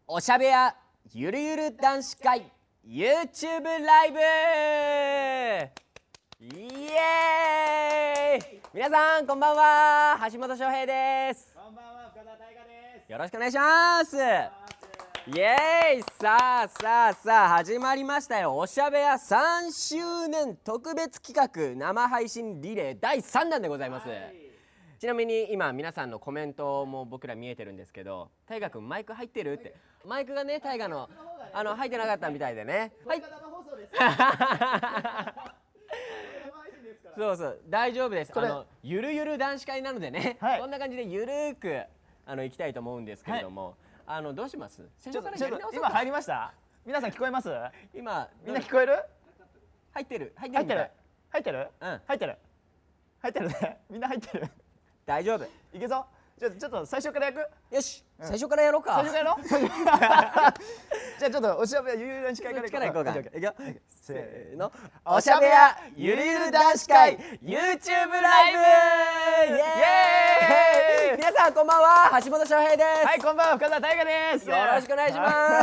おしゃべやゆるゆる男子会 YouTube ライブイエーイ。皆さんこんばんは、橋本翔平です。 こんばんは、深田大我です。 よろしくお願いします。イエーイ。さあ始まりましたよ。おしゃべや3周年特別企画生配信リレー第3弾でございます。ちなみに今皆さんのコメントも僕ら見えてるんですけど、大我くんマイク入ってるって、マイクがね大我の入ってなかったみたいでね。はい。そう大丈夫です。ゆるゆる男子会なのでね、こんな感じでゆるーく行きたいと思うんですけれども、どうします？ ちょっと今入りました。皆さん聞こえます？ 今みんな聞こえる？ 入ってるうん、入ってるね。みんな入ってる。 大丈夫。 いけそう。ちょっと最初からやく？ よし、最初からやろうか。 最初からやろう。じゃあちょっとおしゃべやゆるゆる男子会からいこうか。いくよ。せーの。 おしゃべやゆるゆる男子会 YouTube ライブイエーイ。皆さんこんばんは、橋本翔平です。 はい、こんばんは、深田大我です。 よろしくお願いします。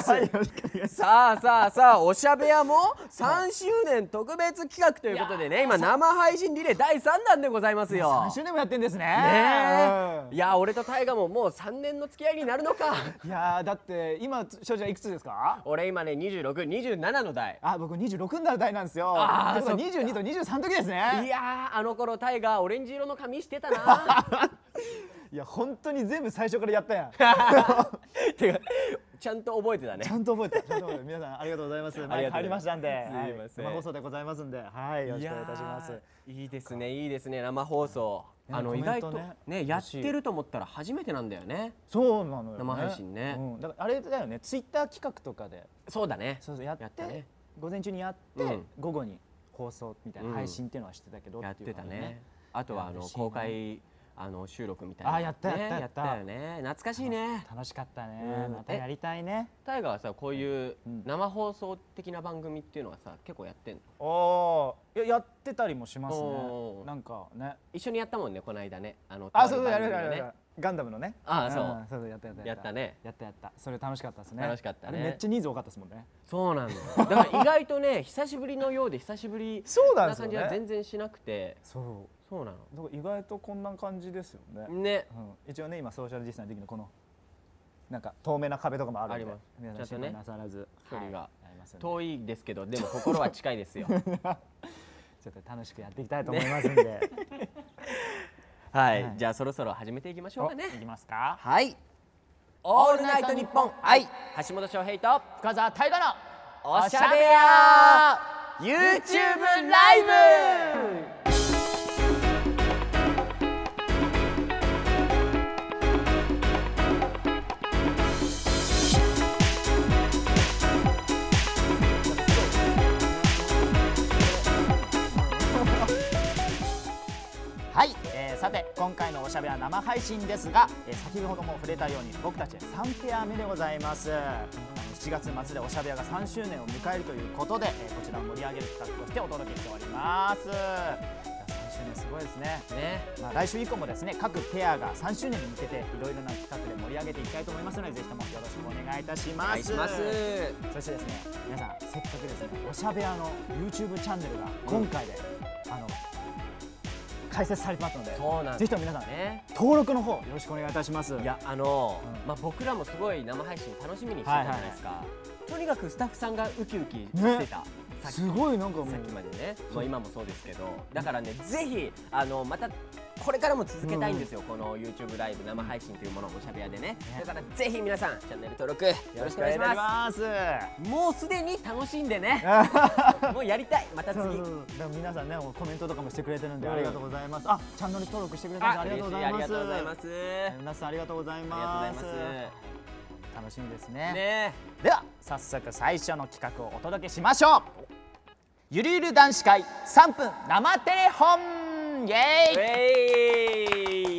さあおしゃべやも3周年特別企画ということでね、今生配信リレー第3弾でございますよ。 3周年もやってんですね。 いや俺と大我ももう3年の付き合いになるのか。 いやだって今翔ちゃんいくつですか？ 俺今ね26、27の代。 あ、僕26になる代なんですよ。あ、22と23の時ですね。 いやあの頃大我オレンジ色の髪してたな。 いや本当に全部最初からやったやん。 てかちゃんと覚えてたね。 ちゃんと覚えてた。皆さんありがとうございます。入りましたんで、生放送でございますんで、はい、よろしくお願いいたします。 いいですね、いいですね、生放送。意外とねやってると思ったら初めてなんだよね。 そうなのよ。 生配信ね。 だからあれだよね、ツイッター企画とかで。 そうだね。 そうやって午前中にやって午後に放送みたいな配信っていうのはしてたけど。 やってたね。あとは公開収録みたいな。 やったよね。懐かしいね。 楽しかったね。またやりたいね。 大我はさ、こういう生放送的な番組っていうのはさ結構やってんの？やってたりもしますね。なんかね、 一緒にやったもんね、この間ね。 そうやるガンダムのね。そうやったね。 やった。それ楽しかったですね。 楽しかったね。 めっちゃ人数多かったですもんね。 そうなんだよ。だから意外とね久しぶりのようで久しぶりな感じは全然しなくて。そうなの。 意外とこんな感じですよね。 ね。 一応ね今ソーシャルディスタンスの時のこのなんか透明な壁とかもあるんで、 皆さん心配なさらず距離が遠いですけど、でも心は近いですよ。ちょっと楽しくやっていきたいと思いますんで。 はい、じゃあそろそろ始めていきましょうかね。 いきますか。 はい。オールナイトニッポン愛、橋本翔平と深澤大我のおしゃべや YouTube ライブ。 はい、さて今回のおしゃべや生配信ですが、先ほども触れたように僕たち3ペア目でございます。7月末でおしゃべやが3周年を迎えるということで、こちらを盛り上げる企画としてお届けしております。3周年すごいですね。来週以降もですね、各ペアが3周年に向けていろいろな企画で盛り上げていきたいと思いますので、ぜひともよろしくお願いいたします。そしてですね、皆さんせっかくですね、おしゃべやの YouTube チャンネルが今回で、開設されますので、ぜひとも皆さん登録の方よろしくお願いいたします。 いや僕らもすごい生配信楽しみにしてたじゃないですか。とにかくスタッフさんがウキウキしてた。 すごいなんかもうさっきまでね、今もそうですけど、だからねぜひまたこれからも続けたいんですよ、この YouTube ライブ生配信というものをおしゃべやでね。だからぜひ皆さんチャンネル登録よろしくお願いします。もうすでに楽しんでね。もうやりたい、また次。 皆さんねコメントとかもしてくれてるんでありがとうございます。チャンネル登録してくれてありがとうございます。皆さんありがとうございます。楽しみですね。では早速最初の企画をお届けしましょう。ゆるゆる男子会3分生テレホンイエーイ。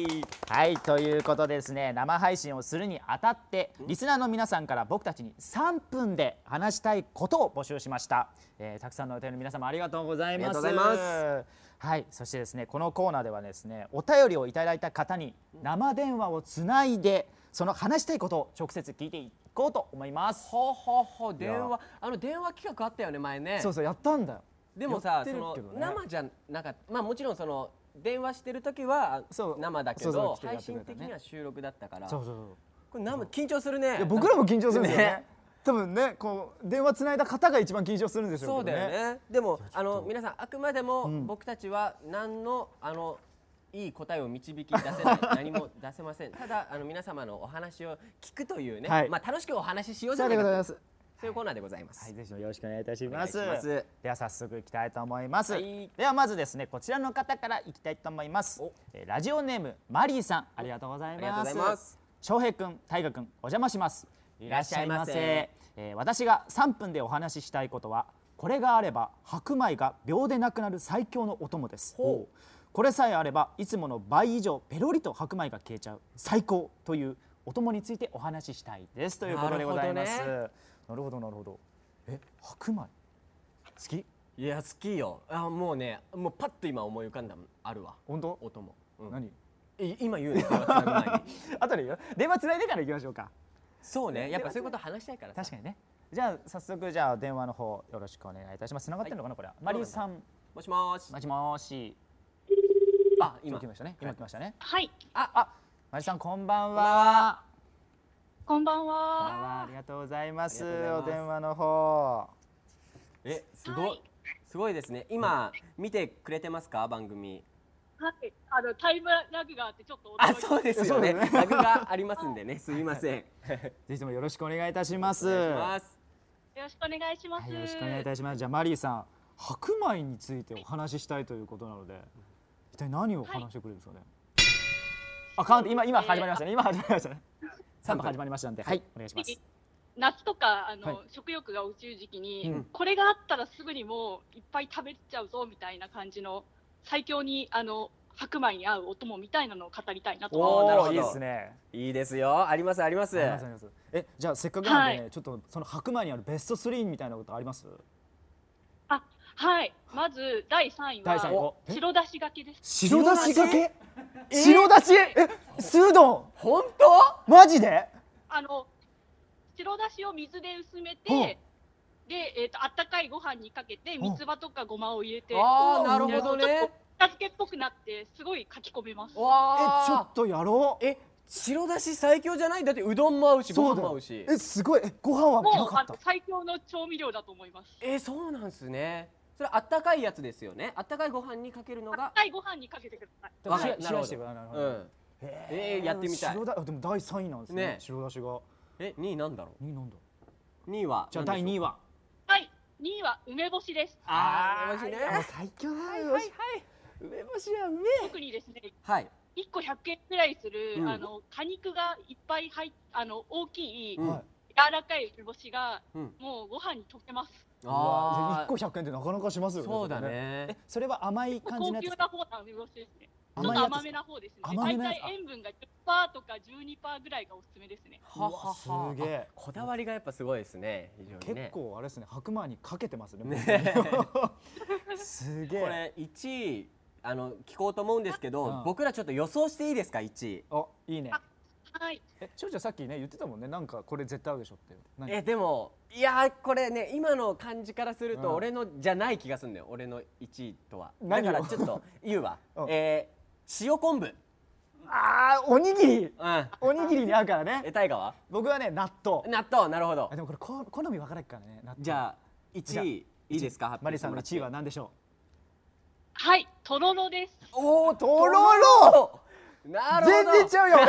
はいということでですね、生配信をするにあたってリスナーの皆さんから僕たちに3分で話したいことを募集しました。たくさんのお便りの皆様ありがとうございます。 ありがとうございます。 はい、そしてですねこのコーナーではですねお便りをいただいた方に生電話をつないでその話したいことを直接聞いていこうと思います。 ほうほうほう、電話電話企画あったよね前ね。 そうそうやったんだよ。 でもさ、その生じゃなかった。まあもちろんその電話してる時は生だけど配信的には収録だったから。 そうそうそう。 これ生緊張するね。 僕らも緊張するんですよね。多分ねこう電話つないだ方が一番緊張するんでしょうけどね。 そうだよね。でも皆さんあくまでも僕たちは何のいい答えを導き出せない何も出せません。ただ皆様のお話を聞くというね、まあ楽しくお話ししようじゃないかと。そういうコーナーでございます。 はい、ぜひよろしくお願いいたします。では早速いきたいと思います。ではまずですねこちらの方からいきたいと思います。ラジオネームマリーさん、ありがとうございます。翔平くん、大河くん、お邪魔します。いらっしゃいませ。私が3分でお話ししたいことはこれがあれば白米が秒でなくなる最強のお供です。これさえあればいつもの倍以上ペロリと白米が消えちゃう最高というお供についてお話ししたいですということでございます。なるほどなるほど。白米好き？ いや好きよ。もうねもうパッと今思い浮かんだあるわ。 本当？ お供。 何？ 今言うね。電話つなぐ前に。 後で言う。電話つないでから行きましょうか。 そうね。やっぱそういうこと話したいから。 確かにね。じゃあ早速じゃあ電話の方よろしくお願いいたします。繋がってるのかなこれは。マリーさん。 もしもし。 もしもし。今来ましたね。今来ましたね。 はい。 マリーさんこんばんは。 こんばんは。 ありがとうございます。お電話の方。 すごい。すごいですね。今見てくれてますか番組。 はい。タイムラグがあってちょっとそうですよね。ラグがありますんでね。すみません。 ぜひともよろしくお願いいたします。 よろしくお願いします。 よろしくお願いいたします。じゃあマリーさん、白米についてお話ししたいということなので、一体何を話してくれるんですかね。今始まりましたね。今始まりましたね。3分始まりましたんで、はい、お願いします。 夏とか食欲が落ちる時期にこれがあったらすぐにもういっぱい食べちゃうぞみたいな感じの最強に白米に合うお供みたいなのを語りたいなと思います。 いいですね。 いいですよ。ありますあります。 じゃあせっかくなんでちょっとその白米にあるベスト3みたいなことあります？ はい。まず第3位は白だしがけです。 白だしがけ？白だし？酢うどん？ 本当？ マジで？ 白だしを水で薄めて、であったかいご飯にかけて三つ葉とかごまを入れて、 なるほどね。 茶漬けっぽくなってすごいかき込めます。 ちょっとやろう。 白だし最強じゃない？だってうどんも合うしご飯も合うし。 すごい。ご飯はなかった。 もう最強の調味料だと思います。 そうなんですね。それあったかいやつですよね。あったかいご飯にかけるのが。 あったかいご飯にかけてください。 冷やしてください。 やってみたい。 でも第3位なんですね。白だしが。 2位なんだろう。 2位なんだ。 2位はじゃあ第2位は。 はい、2位は梅干しです。 梅干しね。 最強だ。 はい。 梅干しはうめえ。 特にですね。 はい。 1個100円くらいする果肉がいっぱい大きい柔らかい梅干しがもうご飯に溶けます。 1個100円ってなかなかしますよね。 そうだね。 それは甘い感じのやつ。 高級な方の梅干しですね。ちょっと甘めな方ですね。大体塩分が10%とか12%ぐらいがおすすめですね。 すげえ。 こだわりがやっぱすごいですね。 結構あれですね。白米にかけてますね。すげえ。 これ1位聞こうと思うんですけど、僕らちょっと予想していいですか1位。 いいね。 はい。 ちょさっきね言ってたもんね。なんかこれ絶対合うでしょって。 でもいやこれね今の感じからすると俺のじゃない気がするんだよ。俺の1位とは。だからちょっと言うわ。塩昆布。 おにぎり。おにぎりに合うからね。 大河は？ 僕はね納豆。 納豆、なるほど。 でもこれ好み分からないからね。 じゃあ1位いいですか？ マリさんの1位は何でしょう？ はい、とろろです。 とろろ。全然ちゃうよ。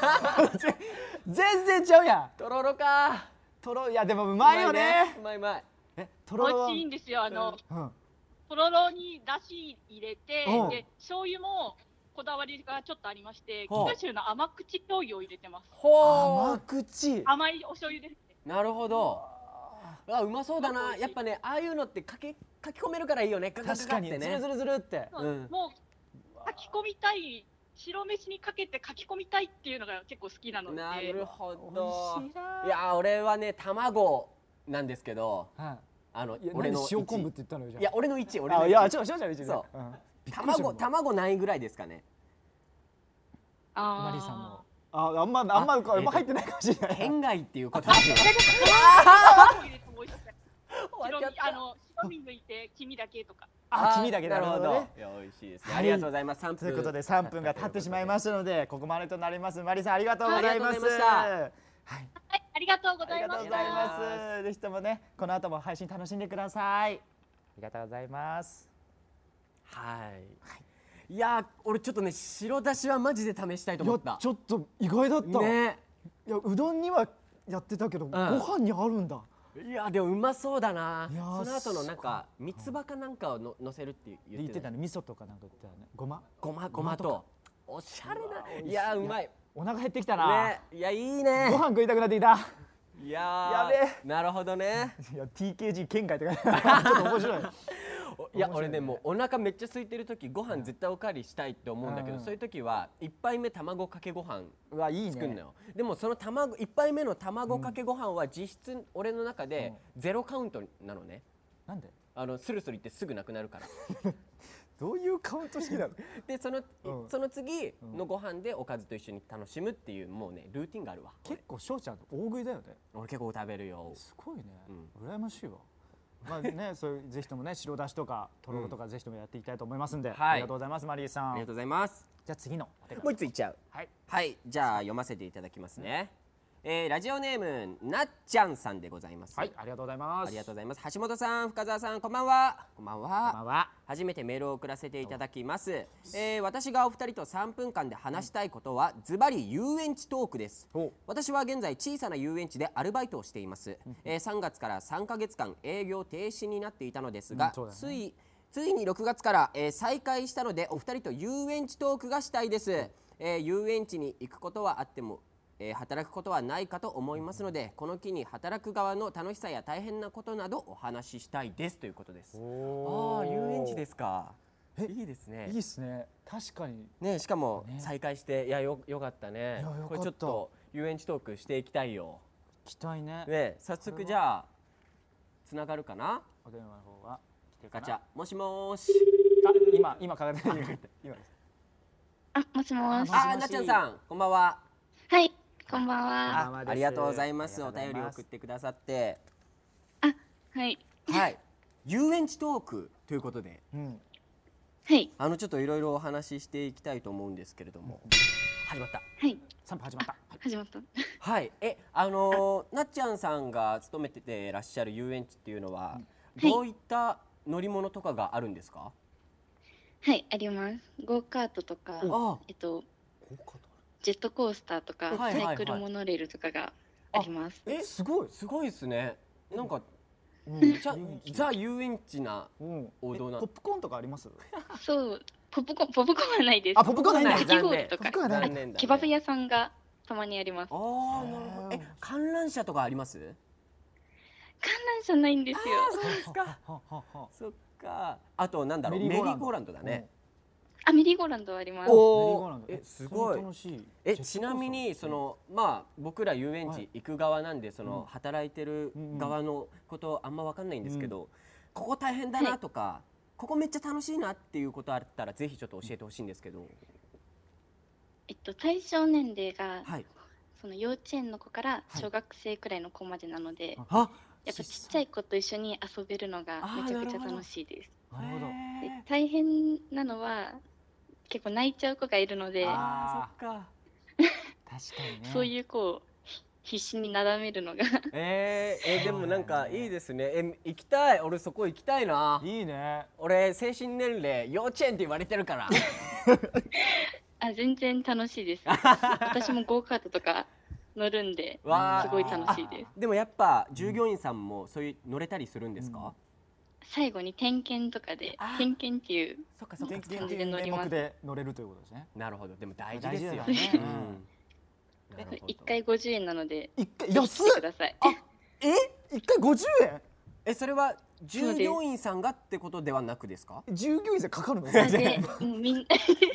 全然ちゃうやん。 とろろか。 いやでもうまいよね。 うまい。 とろろ美味しいんですよ。とろろにだし入れて、で醤油もこだわりがちょっとありまして、北州の甘口醤油を入れてます。 甘口。 甘いお醤油ですね。 なるほど。うまそうだな。やっぱねああいうのって書き込めるからいいよね。 確かにズルズルって。 もう書き込みたい白飯にかけて書き込みたいっていうのが結構好きなので。 なるほ美ど味しいな。 いや俺はね卵なんですけどはい。 俺の塩昆布って言ったのよじゃあ。 いや俺の1俺のあ、 1 いや、ちょっとそううん卵何位ぐらいですかね。 マリーさんの。 ああんま入ってないかもしれない。 県外っていうことですよ。 白身抜いて黄身だけとか。 あ、黄身だけ。 なるほど。 ね。 美味しいですね。 はいありがとうございます。3分ということで3分が経ってしまいましたので、ここまでとなります。マリーさんありがとうございます。 ありがとうございましたはい。 はい、ありがとうございましありがとうございた。 ます。ぜひともね、この後も配信楽しんでください。ありがとうございます。 はい。いや俺ちょっとね白だしはマジで試したいと思った。 ちょっと意外だった。 ね。 いや、うどんにはやってたけど、ご飯にあるんだ。 いやでもうまそうだな。 いやその後のなんか三つ葉かなんかをの乗せるって言ってたね。 味噌とかなんか言ってたね。ごまとおしゃれな。いやうまい。 お腹減ってきたな。 ね。いやいいね。 ご飯食いたくなってきた。 いややべえ。 なるほどね。 いや TKG 県外とかちょっと面白い。 いや俺ねもうお腹めっちゃ空いてる時ご飯絶対おかわりしたいって思うんだけど、そういう時は1杯目卵かけご飯作るのよ。でもその1杯目の卵かけご飯は実質俺の中でゼロカウントなのね。 なんで？ スルスルいってすぐなくなるから。 どういうカウント式なの？ でその次のご飯でおかずと一緒に楽しむっていうもうねルーティンがあるわ。 結構翔ちゃん大食いだよね。 俺結構食べるよ。 すごいね。羨ましいわ。まあね、そういうぜひともね白だしとかとろろとかぜひともやっていきたいと思いますんで、ありがとうございますマリーさん。 ありがとうございます。 じゃあ次のもう一ついっちゃう。 はいはいじゃあ読ませていただきますね。ラジオネームなっちゃんさんでございます。 はい、ありがとうございます。 ありがとうございます。橋本さん、深澤さん、こんばんは。こんばんこんばんは。 初めてメールを送らせていただきます。私がお二人と3分間で話したいことはズバリ遊園地トークです。私は現在小さな遊園地でアルバイトをしています。3月から3ヶ月間営業停止になっていたのですが、ついに6月から、再開したのでお二人と遊園地トークがしたいです。遊園地に行くことはあっても働くことはないかと思いますので、この機に働く側の楽しさや大変なことなどお話ししたいですということです。ああ、遊園地ですか。いいですね。 いいですね。確かに。 ね、しかも再開して、いやよかったね。これちょっと遊園地トークしていきたいよ。 期待ね。 ね、早速じゃあつながるかな。 お電話の方が来てるかな。 ガチャ、もしもーし。 今かかってる。 あ、もしもし。 あ、なっちゃんさん、こんばんは。 はい、こんばんは。 ありがとうございます。お便りを送ってくださって。 あ、はい。 はい。遊園地トークということで。 はい。 ちょっといろいろお話ししていきたいと思うんですけれども。始まった。 はい。 3分始まった。 始まった。 はい。なっちゃんさんが勤めててらっしゃる遊園地っていうのは、どういった乗り物とかがあるんですか？ はい、あります。ゴーカートとか、ジェットコースターとか、サイクルモノレールとかがあります。 すごいですね。なんかザ遊園地な王道な。 ポップコーンとかあります？ そう、ポップコーンはないです。 あ、ポップコーンないんだ。 かき氷とか、ケバブ屋さんがたまにあります。 ああ、なるほど。観覧車とかあります？ 観覧車ないんですよ。 そうですか。そっか。あとなんだろう、メリーゴーランドだね。 あ、メリーゴーランドあります。 すごい。ちなみに僕ら遊園地行く側なんで働いてる側のことあんま分かんないんですけど、ここ大変だなとかここめっちゃ楽しいなっていうことあったらぜひちょっと教えてほしいんですけど。 対象年齢がその幼稚園の子から小学生くらいの子までなので、やっぱちっちゃい子と一緒に遊べるのがめちゃくちゃ楽しいです。 なるほど。 大変なのは結構泣いちゃう子がいるので、 そっか。 確かにね。 そういう子を必死になだめるのがでもなんかいいですね。行きたい。俺そこ行きたいな。 いいね。 俺精神年齢幼稚園って言われてるから。 あ、全然楽しいです。私もゴーカートとか乗るんで、すごい楽しいです。 でもやっぱ従業員さんもそういう乗れたりするんですか？ 最後に点検とかで、点検っていう感じで乗ります。 で乗れるということですね。 なるほど。でも大事ですよね。 1回50円なので、 安いください。 1回50円？ それは従業員さんがってことではなくですか？ 従業員さんかかるの？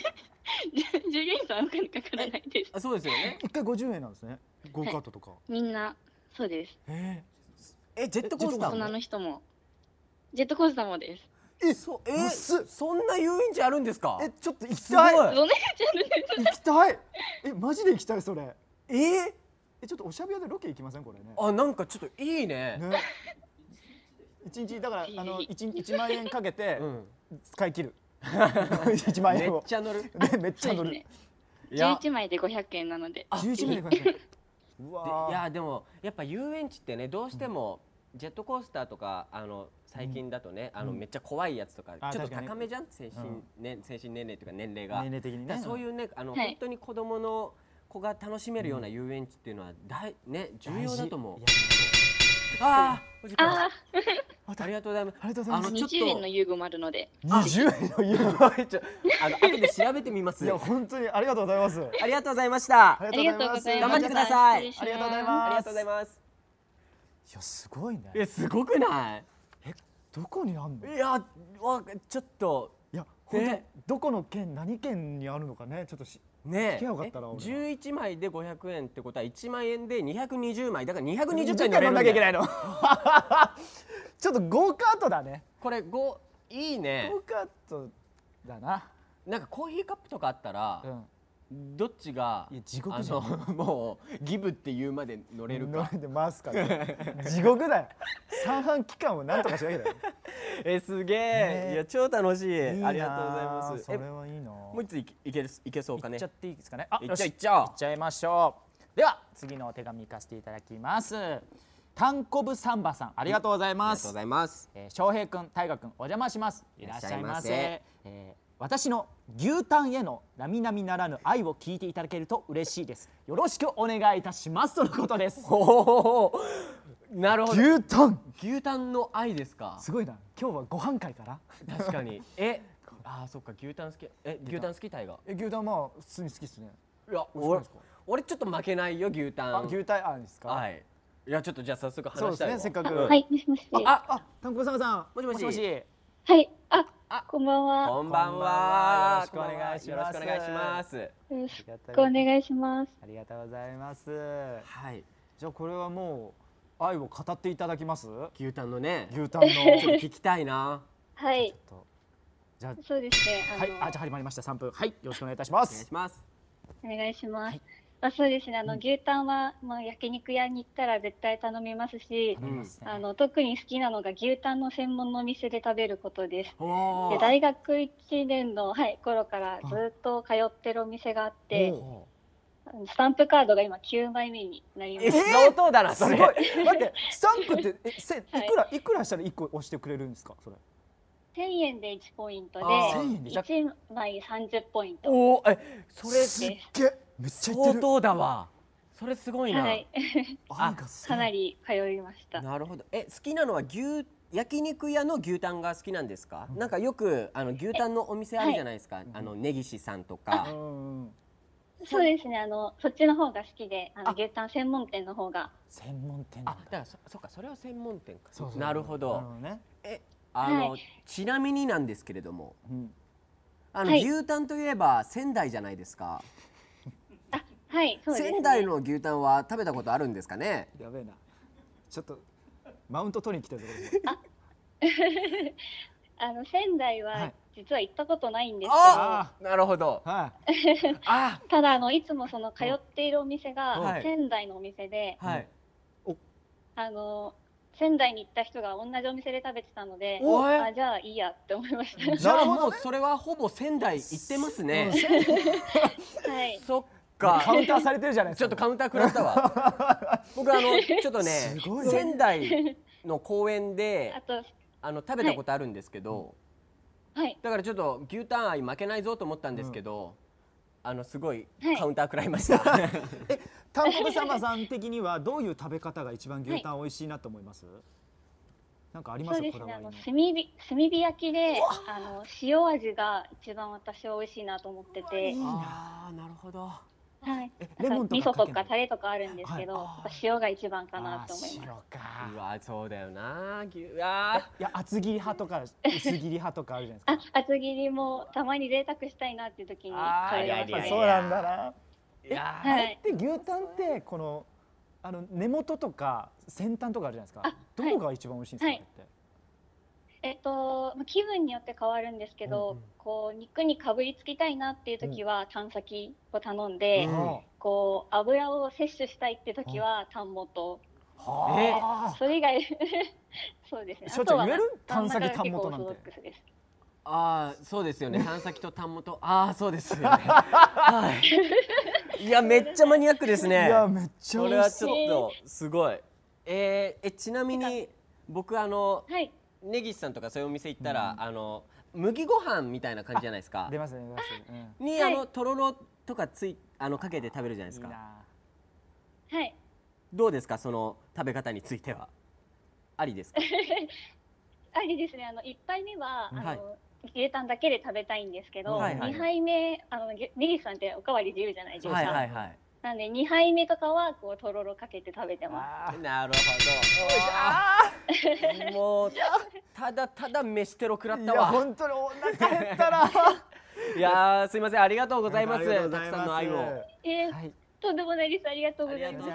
従業員さんはお金かからないです。 あ、そうですよね。 一回50円なんですね。ゴーカートとか。 みんなそうです。 ジェットコースター大人も。 の人もジェットコースターもです。 安っ。 そんな遊園地あるんですか。 ちょっと行きすごいたい。 お姉ちゃんです。 行きたい。マジで行きたいそれ。ちょっとおしゃべやでロケ行きませんこれね。 あ、なんかちょっといいね。 ね。一日だから1万円かけて使い切る。1万めっ円を。 ちゃ乗る。 ね、めっちゃ乗る。 いや 11枚で500円なので。 11万円かけて。ういわやでもやっぱ遊園地ってね、どうしてもジェットコースターとか最近だとね、めっちゃ怖いやつとかちょっと高めじゃん、精神年齢というか年齢が。 年齢的にね。 そういうね、本当に子供の子が楽しめるような遊園地っていうのは重要だと思う。ああ、お時間。ありがとうございます。 ありがとうございます。 20円の遊具もあるので。 20円の遊具。 後で調べてみます。 いや本当にありがとうございます。 ありがとうございました。 ありがとうございます。 頑張ってください。 失礼します。 ありがとうございます。 ありがとうございます。 いやすごいね。 すごくない？ どこにあんの？ いやちょっといや本当どこの県何県にあるのかねちょっとねえ、11枚で500円ってことは1万円で220枚だから220回乗らなきゃいけないの。ちょっとゴーカートだね。 これいいね。 ゴーカートだな。 なんかコーヒーカップとかあったらどっちが地獄じゃん。 もうギブって言うまで乗れるか。 乗れてますから。地獄だよ。三半期間をなんとかしなきゃだよ。 すげえ。いや超楽しい。ありがとうございます。 それはいいな。 もう一ついけそうかね。 いっちゃっていいですかね。 いっちゃいましょう。では次のお手紙いかせていただきます。タンコブサンバさんありがとうございます。 ありがとうございます。 翔平くん、大河くんお邪魔します。いらっしゃいませ。私の牛タンへの並々ならぬ愛を聞いていただけると嬉しいです。よろしくお願いいたしますとのことです。 なるほど。牛タンの愛ですか。 すごいな。今日はご飯会かな。 確かに。そっか、牛タン好き。牛タン好きタイが。 牛タンまあ普通に好きですね。 いや俺ちょっと負けないよ牛タン。 牛タンですか。 はい。いやちょっとじゃあ早速話したい。 そうですね。せっかく。 はい、もしもし。 タンコブサンバさん。 もしもし。 はい。こんばんは。 こんばんは。 よろしくお願いします。 よろしくお願いします。 よろしくお願いします。 ありがとうございます。 はい。 じゃあこれはもう愛を語っていただきます。 牛タンのね。 牛タンのちょっと聞きたいな。 はい。 じゃあそうですね。 はい。じゃあ始まりました3分。はい。よろしくお願いいたします。 お願いします。 お願いします。そうですね。牛タンは焼肉屋に行ったら絶対頼みますし、特に好きなのが牛タンの専門のお店で食べることです。で大学1年の頃からずっと通ってるお店があって、スタンプカードが今9枚目になります。 相当だなそれ。 待ってスタンプっていくらしたら1個押してくれるんですかそれ。 1000円で1ポイントで1枚30ポイント。 それすっげえ。めっちゃ相当だわ。それすごいな。 かなり通いました。 なるほど。好きなのは焼肉屋の牛タンが好きなんですか？なんかよく牛タンのお店あるじゃないですか。根岸さんとか。 そうですね。そっちの方が好きで、牛タン専門店の方が。 専門店。 だからそっか、それは専門店か。なるほど。 はい、 ちなみになんですけれども、牛タンといえば仙台じゃないですか。 はい、そうですね。 仙台の牛タンは食べたことあるんですかね。 やべえな。ちょっとマウント取りに来てるぞ。 仙台は実は行ったことないんですけど。なるほど。 ただいつもその通っているお店が仙台のお店で、仙台に行った人が同じお店で食べてたので、じゃあいいやって思いました。 じゃあもうそれはほぼ仙台行ってますね。 はい。 そっか。 カウンターされてるじゃないですか。 ちょっとカウンター食らったわ。僕ちょっとね仙台の公園で食べたことあるんですけど、だからちょっと牛タン愛負けないぞと思ったんですけど、すごいカウンター食らいました。 タンコブサンバさん的にはどういう食べ方が一番牛タン美味しいなと思います？なんかあります？ そうですね。炭火焼きで塩味が一番私は美味しいなと思ってて。 なるほど。 はい。 レモンと味噌とかかけないかタレとかあるんですけど、 はいやっぱ塩が一番かなと思います。 塩かうわそうだよなうわいや厚切り派とか薄切り派とかあるじゃないですか。 厚切りもたまに贅沢したいなっていう時に買いますね。 そうなんだな。 いやあれって牛タンってこの根元とか先端とかあるじゃないですか。どこが一番美味しいんですか、 はい気分によって変わるんですけど、こう肉にかぶりつきたいなっていう時はタン先を頼んで、こう油を摂取したいって時はタン元。それ以外そうですね。 しょっちゅう言える？タン先タン元なんて。 ああそうですよね。タン先とタン元。ああそうですよね。はい。いやめっちゃマニアックですね。 いやめっちゃ美味しい。 これはちょっとすごい。ちなみに僕根岸さんとかそういうお店行ったら麦ご飯みたいな感じじゃないですか。 出ますね出ます。 にとろろとかかけて食べるじゃないですか。 はい。 どうですかその食べ方については。ありですか。 ありですね。1杯目は牛タンだけで食べたいんですけど、2杯目根岸さんっておかわり自由じゃないですか。 はいはいはい。 なんで2杯目とかはこうとろろかけて食べてます。 なるほど。もうただただ飯テロ食らったわ。 本当にお腹減ったな。 いやすいませんありがとうございます。たくさんの愛を。 とんでもないです。ありがとうございました。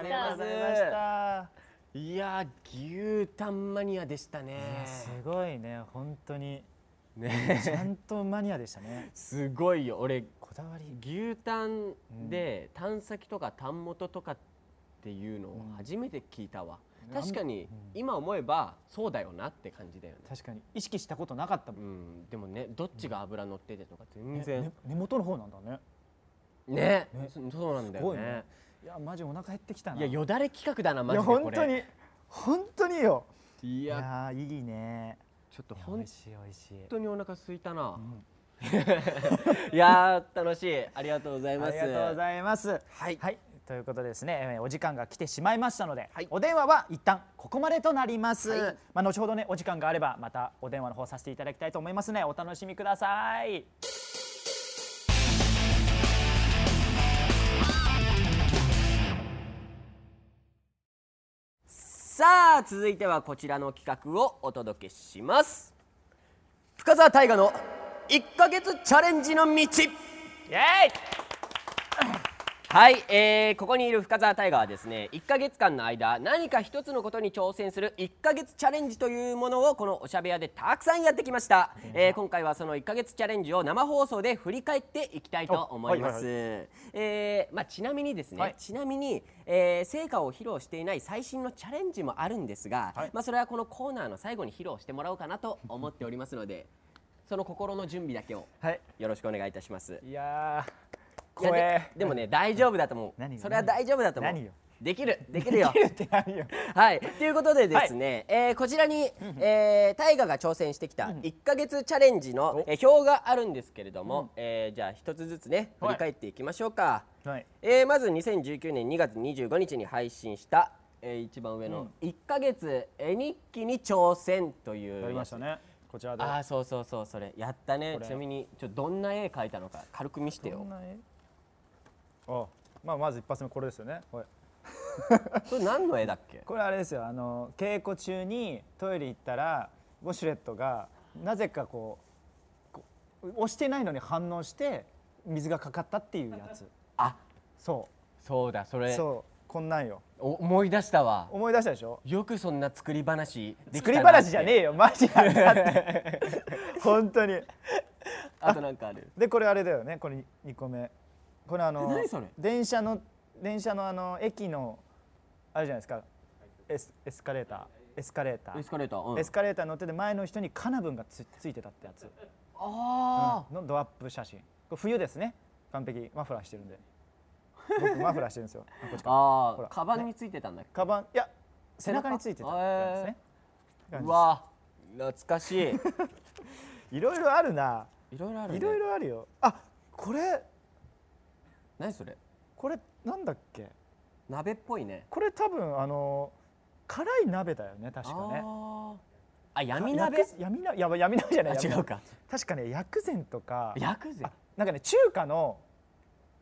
いや牛タンマニアでしたね。 すごいね本当に。ちゃんとマニアでしたね。 すごいよ俺こだわり牛タンでタン先とかタン元とかっていうのを初めて聞いたわ。確かに今思えばそうだよなって感じだよね。 確かに意識したことなかったもん。 でもねどっちが脂乗っててとか全然根元の方なんだね。 ねそうなんだよね。 いやマジお腹減ってきたな。 いやよだれ企画だなマジでこれ。本当によ。 いやいいね。 ちょっと美味しい美味しい。 本当にお腹空いたな。いや楽しい。ありがとうございます。 ありがとうございます。はいということでですねお時間が来てしまいましたので、お電話は一旦ここまでとなります。後ほどねお時間があればまたお電話の方させていただきたいと思いますね。お楽しみください。 さあ続いてはこちらの企画をお届けします。深澤大河の1ヶ月チャレンジの道。イエーイ。はい、ここにいる深澤大河はですね1ヶ月間の間何か一つのことに挑戦する1ヶ月チャレンジというものをこのおしゃべやでたくさんやってきました。今回はその1ヶ月チャレンジを生放送で振り返っていきたいと思います。ちなみにですね、成果を披露していない最新のチャレンジもあるんですが、それはこのコーナーの最後に披露してもらおうかなと思っておりますのでその心の準備だけをよろしくお願いいたします。 いやでもね大丈夫だと思う。それは大丈夫だと思う。できるよ。はいということでですねこちらに大河が挑戦してきた1ヶ月チャレンジの表があるんですけれどもじゃあ一つずつね振り返っていきましょうか。まず2019年2月25日に配信した一番上の1ヶ月絵日記に挑戦というやりましたね。こちらで。 そうそれやったね。ちなみにどんな絵描いたのか軽く見してよ。 まず一発目これですよね。これ何の絵だっけ？ これあれですよ。稽古中にトイレ行ったらウォシュレットがなぜかこう押してないのに反応して水がかかったっていうやつ。 そうだそれ。 こんなんよ。 思い出したわ。 思い出したでしょ。 よくそんな作り話できたなって。 作り話じゃねえよマジだって本当に。 あとなんかある。 でこれあれだよね。これ2個目。これ何それ？ 電車の駅のあるじゃないですか。エスカレーター乗ってて前の人にカナブンがついてたってやつ。のドアップ写真。これ冬ですね。完璧マフラーしてるんで。僕マフラーしてるんですよ。 カバンについてたんだっけ？ カバンいや背中についてたやつね。 うわ懐かしい。 いろいろあるな。 いろいろあるよ。これ何それ？ これなんだっけ？ 鍋っぽいね。 これ多分辛い鍋だよね確かね。 闇鍋？ 闇鍋じゃない。 違うか。 確かね薬膳とか。 薬膳？ なんかね中華の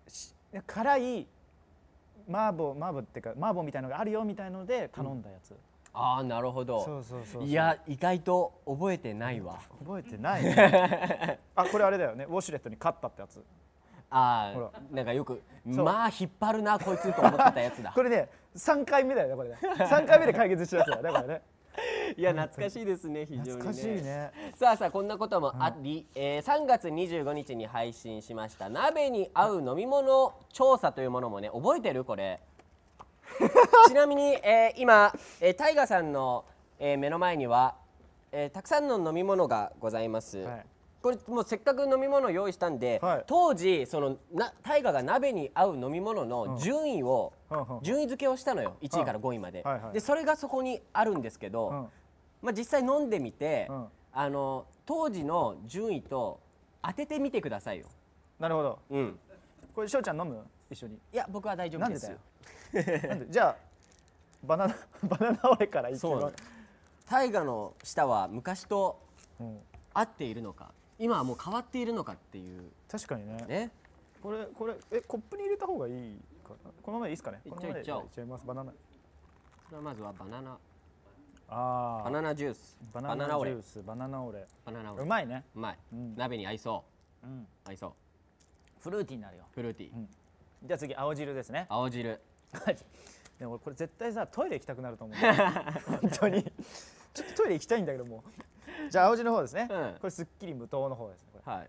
辛い麻婆っていうか麻婆みたいのがあるよみたいので頼んだやつ。 ああなるほど。 そういや意外と覚えてないわ。 覚えてないね。あ、これあれだよね、ウォシュレットに勝ったってやつ。 ああなんかよくまあ引っ張るなこいつと思ってたやつだ。 これね3回目だよねこれね。3回目で解決したやつだよねこれね。 いや懐かしいですね非常にね。 懐かしいね。 さあこんなこともあり、3月25日に配信しました鍋に合う飲み物調査というものもね覚えてるこれ。ちなみに、今、タイガさんの、目の前には、たくさんの飲み物がございます。はい、これもうせっかく飲み物を用意したんで、はい、当時タイガが鍋に合う飲み物の順位を、順位付けをしたのよ1位から5位まで。でそれがそこにあるんですけど、まあ、実際飲んでみて、当時の順位と当ててみてくださいよ。 なるほど。これ翔ちゃん飲む一緒に。 いや僕は大丈夫です。 なんでじゃあバナナオレからいきます。 大河の舌は昔と合っているのか、今はもう変わっているのかっていう。 確かにね。これコップに入れた方がいいかな。このままでいいですかね。 いっちゃおう。 いっちゃいます。バナナ。 まずはバナナ。 バナナジュース。 バナナオレ。バナナオレ。うまいね。 うまい。鍋に合いそう。合いそう。 フルーティーになるよ。 フルーティー。 じゃあ次青汁ですね。 青汁。 でもこれ絶対さトイレ行きたくなると思う。本当にちょっとトイレ行きたいんだけども。じゃあ青汁の方ですね。これすっきり無糖の方ですね。 はい。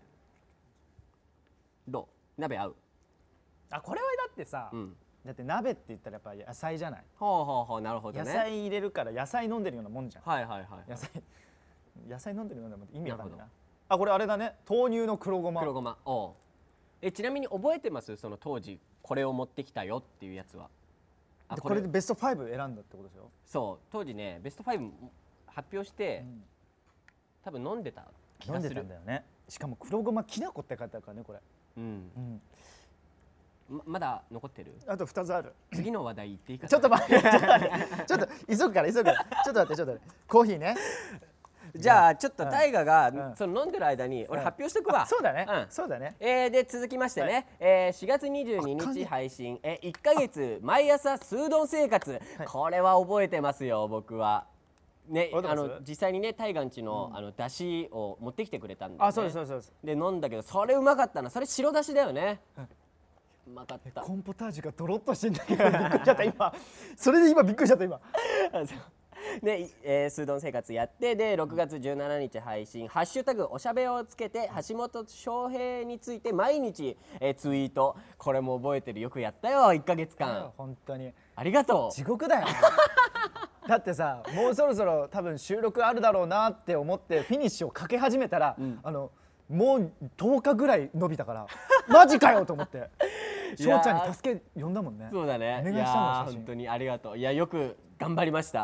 どう？鍋合う？ あ、これはだってさ、だって鍋って言ったらやっぱ野菜じゃない。 なるほどね。 野菜入れるから野菜飲んでるようなもんじゃん。野菜飲んでるようなもんって意味わかんないな。あ、これあれだね。豆乳の黒ごま。 黒ごま。ちなみに覚えてます？その当時これを持ってきたよっていうやつは。 これでベスト5選んだってことですよ。 そう当時ねベスト5発表して、多分飲んでた気がする。 飲んでたんだよね。しかも黒ごまきなこって書いてあるからねこれ。 まだ残ってる？ あと2つある。 次の話題言っていいかな。 ちょっと待って、ちょっと急ぐからちょっと待ってコーヒーね。 じゃあちょっと大河がその飲んでる間に俺発表しとくわ。 そうだね。そうだね。 で続きましてね、4月22日配信1ヶ月毎朝数丼生活。これは覚えてますよ僕は。ね、実際にね大河んちの出汁を持ってきてくれたんで。 そうです。 で飲んだけどそれうまかったな。それ白だしだよね。うまかった。 コーンポタージュがドロッとしてんだけどびっくりしちゃった今。それで今びっくりしちゃった今。 で、数丼生活やってで6月17日配信「ハッシュタグおしゃべをつけて橋本翔平について毎日、ツイート」。これも覚えてる。よくやったよ1ヶ月間。 本当にありがとう。 地獄だよ。だってさもうそろそろ多分収録あるだろうなって思ってフィニッシュをかけ始めたら、もう10日ぐらい伸びたからマジかよと思って翔ちゃんに助け呼んだもんね。 そうだね。 お願いしたもん。 本当にありがとう。いやよく頑張りました。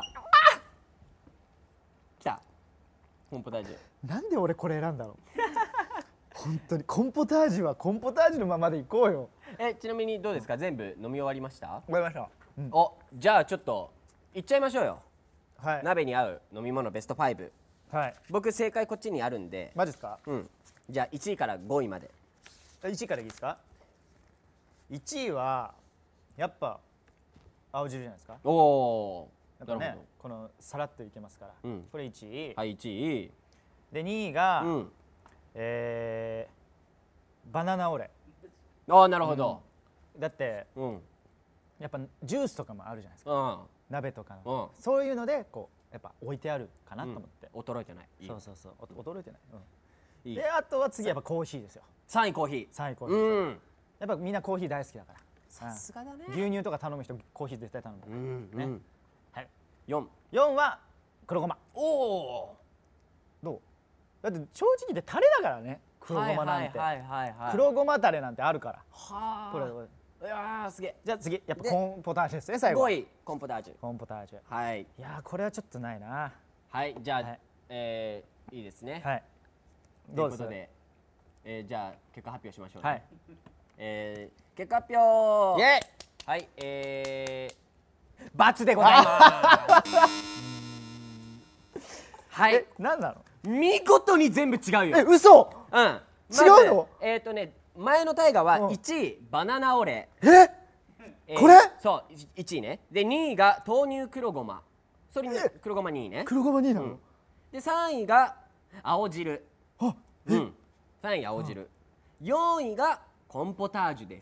来たコーンポタージュ。 なんで俺これ選んだの。本当にコーンポタージュはコーンポタージュのままでいこうよ。 ちなみにどうですか？全部飲み終わりました？ 終わりました。 じゃあちょっといっちゃいましょうよ。鍋に合う飲み物ベスト5。僕正解こっちにあるんで。 マジですか？ じゃあ1位から5位まで。 1位からいいですか？1位はやっぱ青汁じゃないですか。やっぱねこのさらっといけますから、これ1位。 はい1位で2位が、バナナオレ。 なるほど。 だって、やっぱジュースとかもあるじゃないですか、鍋とかの、そういうのでこうやっぱ置いてあるかなと思って。 衰えてない。 そう衰えてない。であとは次やっぱコーヒーですよ。 3位コーヒー。 3位コーヒー。やっぱみんなコーヒー大好きだから。 さすがだね。 牛乳とか頼む人コーヒー絶対頼むからね。はい。4は黒ごま。どう？だって正直でタレだからね。黒ごまなんて。黒ごまタレなんてあるから。これ。いやすげえ。じゃあ次やっぱコーンポタージュですね最後。 5位コーンポタージュ。はい。 いやこれはちょっとないな。 はいじゃあいいですね。 はい。 ということでじゃあ結果発表しましょうね。結果発表。はい×でございます。はい。 何なの？ 見事に全部違うよ。 嘘。違うの？ 前の大河は1位バナナオレ、 これそう1位ね。で2位が豆乳黒ごま、それに黒ごま2位ね。 黒ごま2位なの？ で3位が青汁、 あ、 3位青汁、4位がコンポタージュです。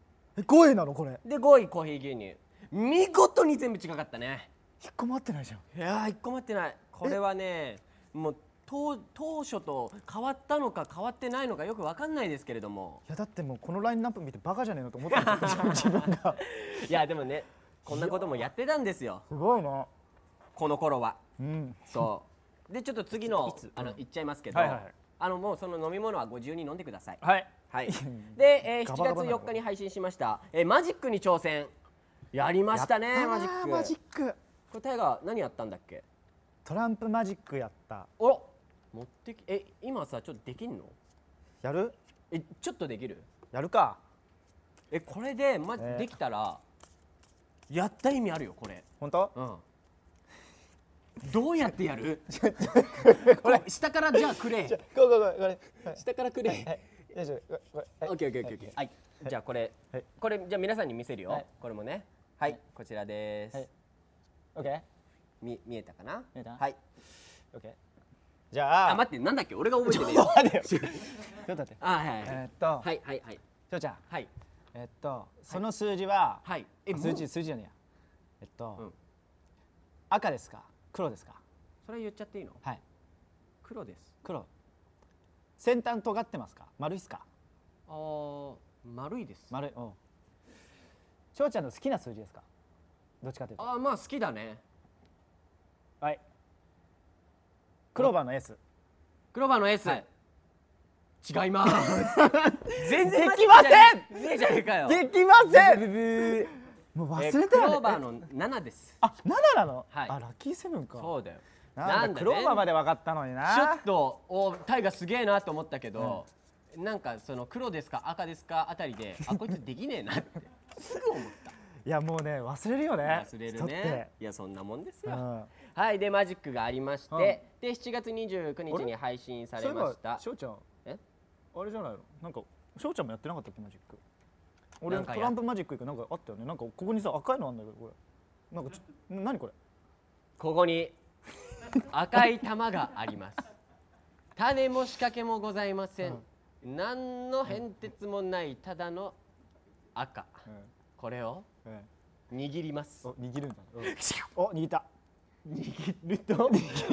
5位なのこれ？ で5位コーヒー牛乳。見事に全部違かったね。 1個も合ってないじゃん。 いやー1個も合ってない。これはねもう当初と変わったのか変わってないのかよく分かんないですけれども。 いやだってもうこのラインナップ見てバカじゃねえのと思ったんですよ自分が。 いやでもねこんなこともやってたんですよ、 すごいな。 この頃は。そうでちょっと次の言っちゃいますけど、もうその飲み物はご自由に飲んでください。 はいはい。で、7月4日に配信しましたマジックに挑戦やりましたね。マジック。 マジック。 これタイガー何やったんだっけ？ トランプマジックやった。 お、持ってき今さちょっとできんの？ やる？ ちょっとできる？ やるか。 これでできたらやった意味あるよこれ。 本当？ うん。どうやってやる？これ下からじゃあくれ。 これ下からくれ。 オッケーオッケーオッケー。はい。じゃあこれじゃあ皆さんに見せるよ。これもね。はい、こちらです。 オッケー。 見えたかな？ 見えた？ はい。 オッケー。じゃあ。 待ってなんだっけ？俺が覚えてねえよ。 ちょっと待って。 はい。 はい。しょうちゃん。 はい。 その数字は。 はい。 数字じゃねえや。赤ですか？黒ですか？ それ言っちゃっていいの？ はい。 黒です。 黒。先端尖ってますか？丸いっすか？ 丸いです。 丸い。しょうちゃんの好きな数字ですか？どっちかというと。 まあ好きだね。 はい。クローバーの S。 クローバーの S。違います。全然できません。 ねえじゃねえかよ。 できません。もう忘れてる。 クローバーの7です。 あ、7なの？ はい。 ラッキーセブンか。 そうだよ。 なんだクローバーまで分かったのにな。 ちょっとタイがすげえなと思ったけど、なんかその黒ですか赤ですかあたりでこいつできねえなってすぐ思った。 いやもうね忘れるよね。 忘れるね。いやそんなもんですよ。はい。でマジックがありまして、で7月29日に配信されました。 しょうちゃんあれじゃないの？なんかしょうちゃんもやってなかったっけマジック？俺トランプマジックなんかあったよね。なんかここにさ赤いのあんだけどこれなんか何これ？ ここに赤い玉があります。種も仕掛けもございません。何の変哲もないただの赤。これを握ります。 握るんだ。握った。 握ると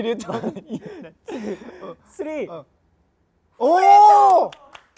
3。 おお。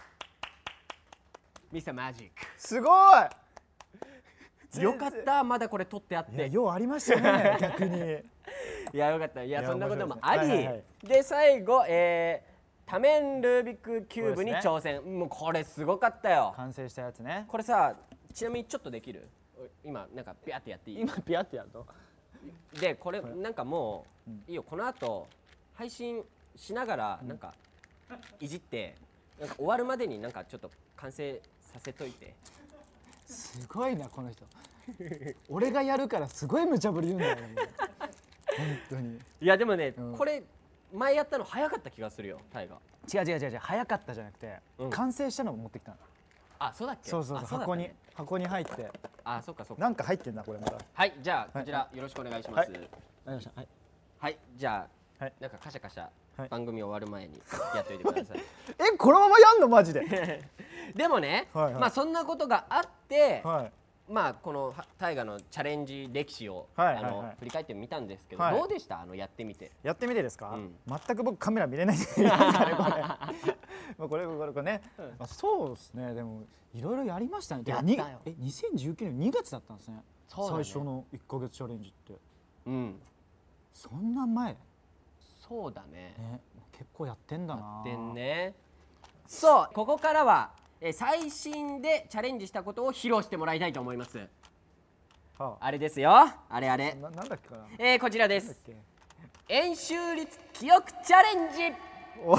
ミスターマジック。 すごい。よかったまだこれ取ってあって。 ようありましたね逆に。 いやよかった。いやそんなこともありで最後多面ルービックキューブに挑戦。もうこれすごかったよ。 完成したやつね。 これさちなみにちょっとできる？今なんかピャってやっていい？ 今ピャってやると。 でこれなんかもういいよ。この後配信しながらなんかいじってなんか終わるまでになんかちょっと完成させといて。 すごいなこの人。俺がやるからすごい無茶ぶり言うんだよね。本当に。 いやでもねこれ前やったの早かった気がするよタイが。 違う早かったじゃなくて完成したのを持ってきたの。 あそうだっけ？ そう箱に入って。 あそっかそっか。 なんか入ってんなこれまだ。 はいじゃあこちらよろしくお願いします。はいじゃあなんかカシャカシャ番組終わる前にやっといてください。 このままやんのマジで？ でもねまあそんなことがあってまあこの大河のチャレンジ歴史を振り返ってみたんですけどどうでした？やってみて。 やってみてですか？全く僕カメラ見れないんでこれね。そうですね。でもいろいろやりましたね。2019年2月だったんですね。最初の1ヶ月チャレンジって。そんな前？そうだね。結構やってんだな。やってんね。そうここからは最新でチャレンジしたことを披露してもらいたいと思います。あれですよ。あれ。なんだっけかな。こちらです。円周率記憶チャレンジ。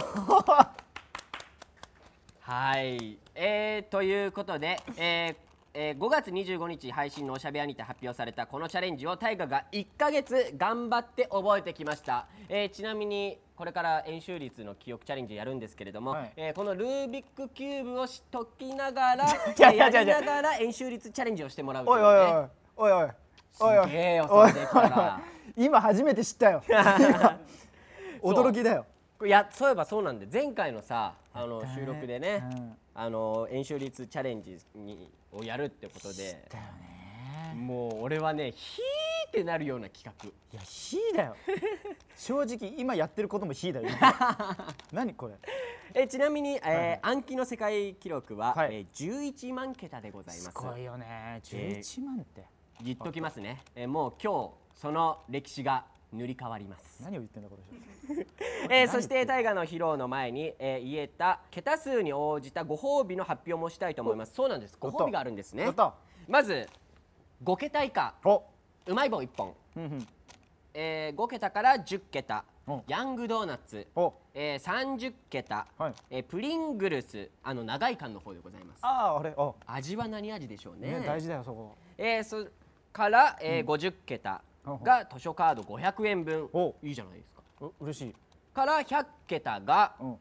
はい。ということで、 5月25日配信のおしゃべやにて発表されたこのチャレンジをタイガが1ヶ月頑張って覚えてきました。ちなみにこれから円周率の記憶チャレンジやるんですけれども、 はい、 このルービックキューブを解きながらやりながら円周率チャレンジをしてもらうとおいいうね。 おいおいおいおいおいすげえよそれでから今初めて知ったよ驚きだよ。 いやそういえばそうなんで前回のさ収録でね、円周率チャレンジをやるってことでだよね。 もう俺はねヒーってなるような企画。 いやヒーだよ正直今やってることもヒーだよ何これ。 ちなみに、暗記の世界記録は、 はい、 11万桁でございます。 すごいよね11万って、 言っときますね、もう今日その歴史が塗り替わります。 何を言ってんだこれそしてタイガーの披露の前に、言えた桁数に応じたご褒美の発表もしたいと思います。そうなんです、ご褒美があるんですね。まず5桁以下うまい棒1本、5桁から10桁ヤングドーナツ、30桁、プリングルス、長い缶の方でございます。味は何味でしょうね。 大事だよそこ。 それから、50桁が図書カード500円分。いいじゃないですか。 嬉しい。 から100桁が、なんか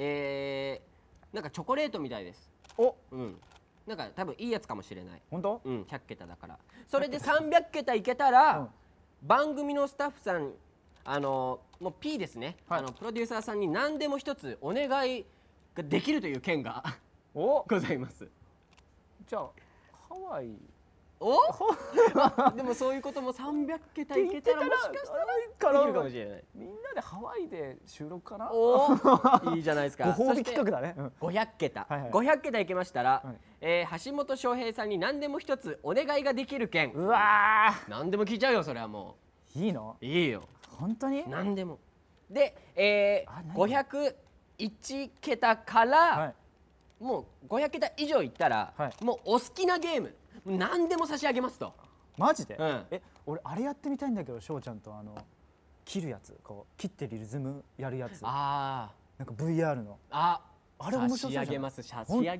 チョコレートみたいです。なんか多分いいやつかもしれない。 本当 ？100桁だから。それで300桁いけたら、番組のスタッフさんもう P ですね、プロデューサーさんに何でも一つお願いができるという件がございます。 じゃあハワイでもそういうことも300桁いけたらもしかしたらできるかもしれない。 みんなでハワイで収録かな。 いいじゃないですか。 ご褒美企画だね。 500桁500桁いけましたら、橋本翔平さんに何でも一つお願いができる件。 うわ何でも聞いちゃうよそれは。もういいの？ いいよ本当に何でもで、501桁から、もう500桁以上いったら、もうお好きなゲーム何でも差し上げますと。 マジで？俺あれやってみたいんだけど、翔ちゃんと切るやつ、こう切ってリズムやるやつ。なんか VR のあれ面白そうじゃん。 差し上げます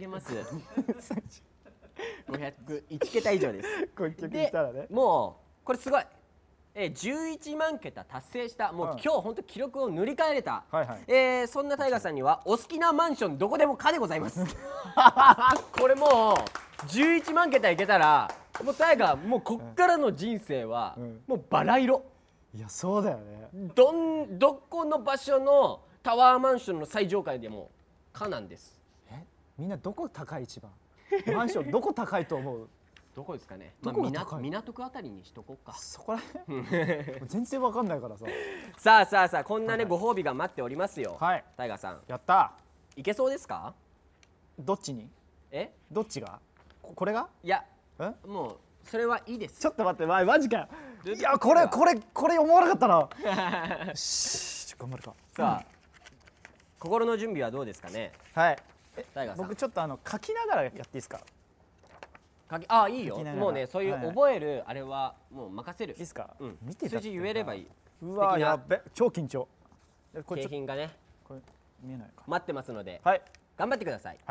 501桁以上です。でもうこれすごい11万桁達成した。もう今日本当記録を塗り替えれた。そんなタイガーさんにはお好きなマンションどこでも可でございますこれもう11万桁いけたらもうタイガーもうこっからの人生はもうバラ色。 いやそうだよね。 どこの場所のタワーマンションの最上階でも可なんです。 みんなどこ高い？一番マンションどこ高いと思う？ どこですかね。港区あたりにしとこうか。 そこら辺全然わかんないからさ。さあこんなねご褒美が待っておりますよ。タイガーさん。 やった。いけそうですか？ どっちに？どっちが？これが？いやもうそれはいいです。ちょっと待って、マジかよ。いやこれ思わなかったなよし頑張るか。 さあ心の準備はどうですかね。タイガーさん。僕ちょっと書きながらやっていいですか？ いいよ。もうねそういう覚えるあれはもう任せる。いいですか？見て数字言えればいい。 うわやべ超緊張。 景品がねこれ見えないか待ってますので頑張ってください。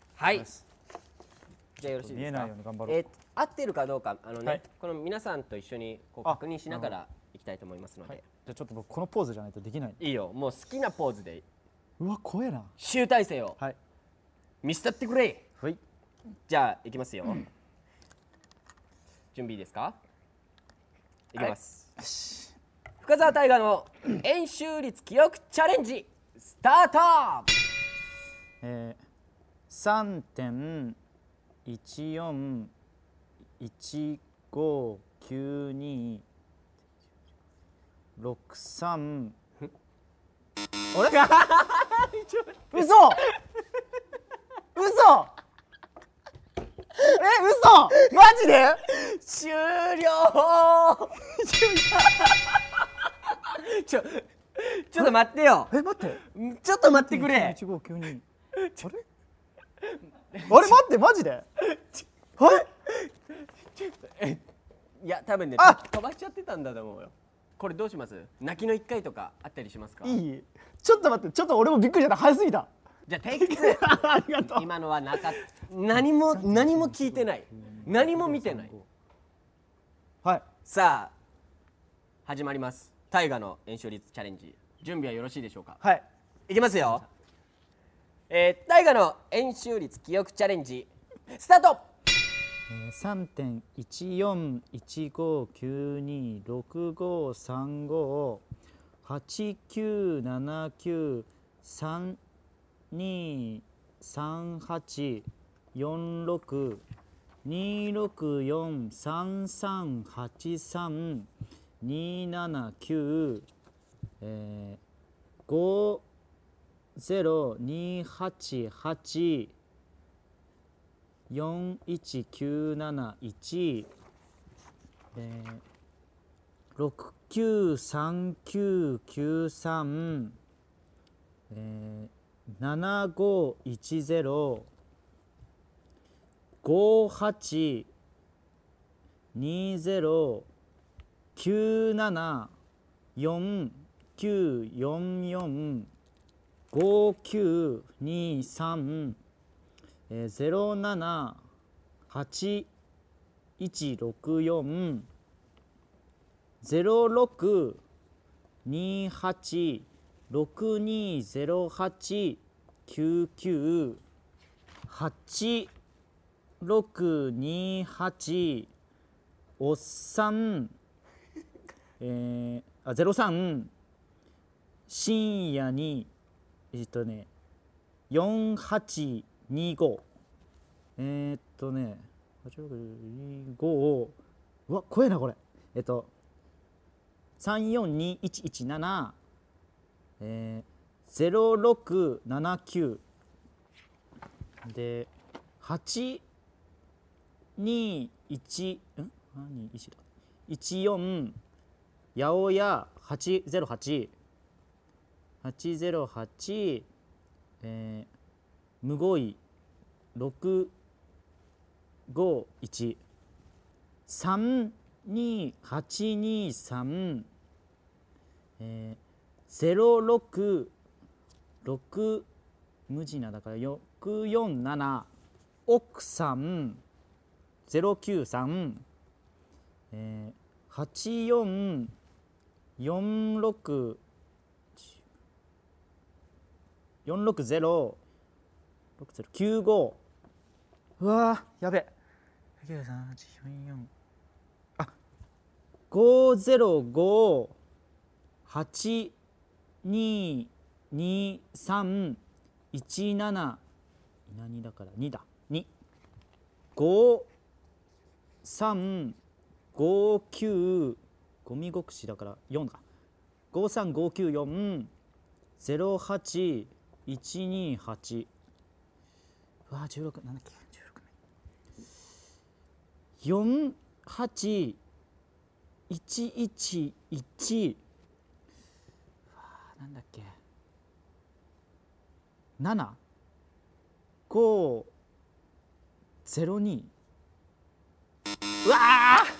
じゃあよろしいですか？見えないように頑張ろう。合ってるかどうかこの皆さんと一緒に確認しながらいきたいと思いますので。 じゃあちょっと僕このポーズじゃないとできない。 いいよもう好きなポーズで。 うわ怖えな。 集大成を見せたってくれ。じゃあいきますよ。準備いいですか？いきます。深澤大河の円周率記憶チャレンジスタート。 3.14159263あれ嘘マジで終了ちょっと待ってよ。 待ってちょっと待ってくれ。 1592あれ待ってマジでいや多分ね飛ばしちゃってたんだと思うよ。これどうします？泣きの1回とかあったりしますか？ いいちょっと待ってちょっと俺もびっくりした。早すぎた。 じゃあテイク2。今のは何も聞いてない。 何も見てない。 はい。 さあ始まります。大河の円周率チャレンジ、準備はよろしいでしょうか。 はい。 いきますよ。大河の円周率記憶チャレンジスタート。 3.149265438462923383279、50288 41971、693993、7510、5820、974944、5923、078164、0628620899、8628、おっさん、03、深夜に4825、8625、うわ怖えなこれ。342117、0679で82114、八百屋808、808、むごい651、32823、066、無地なだから647、奥さん093、84、46、460、6095、うわーやべあ、505、8223、17、何だから2だ、2、5、3、59、ゴミごくしだから4か、53594、08、128、うわー16、なんだっけ、16、48、111、なんだっけ、7、5、02、うわー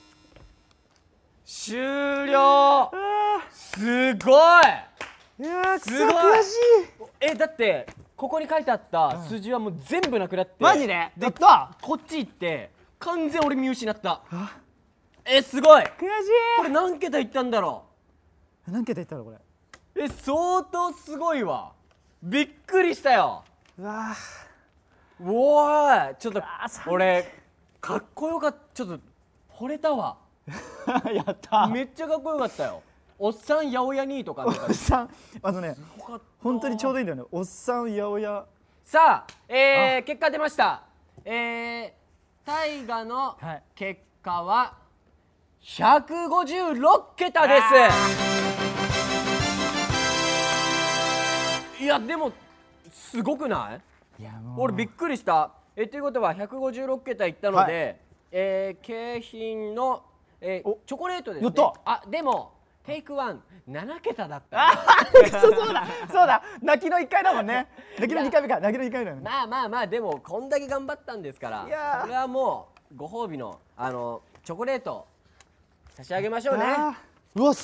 終了。すごい。 いやーすごい悔しい。 だってここに書いてあった数字はもう全部なくなって、 マジでやったこっち行って完全俺見失った。すごい。 悔しい。 これ何桁いったんだろ何桁いったのこれ。 う。相当すごいわ。びっくりしたよ。 うわおーい、ちょっと俺かっこよかった。ちょっと惚れたわ。 やっためっちゃかっこよかったよ。おっさん八百屋にとかおっさん、本当にちょうどいいんだよね。おっさん八百屋。 さあ、結果出ました。大河の結果は156桁です。いやでもすごくない？ いや俺びっくりした。ということは156桁いったので、景品の、チョコレートですね。あ、でもテイク1、7桁だった。 そうだ、泣きの1回だもんね。泣きの2回目か、泣きの2回目だよね。 まあでもこんだけ頑張ったんですから、それはもうご褒美のチョコレート差し上げましょうね。 うわ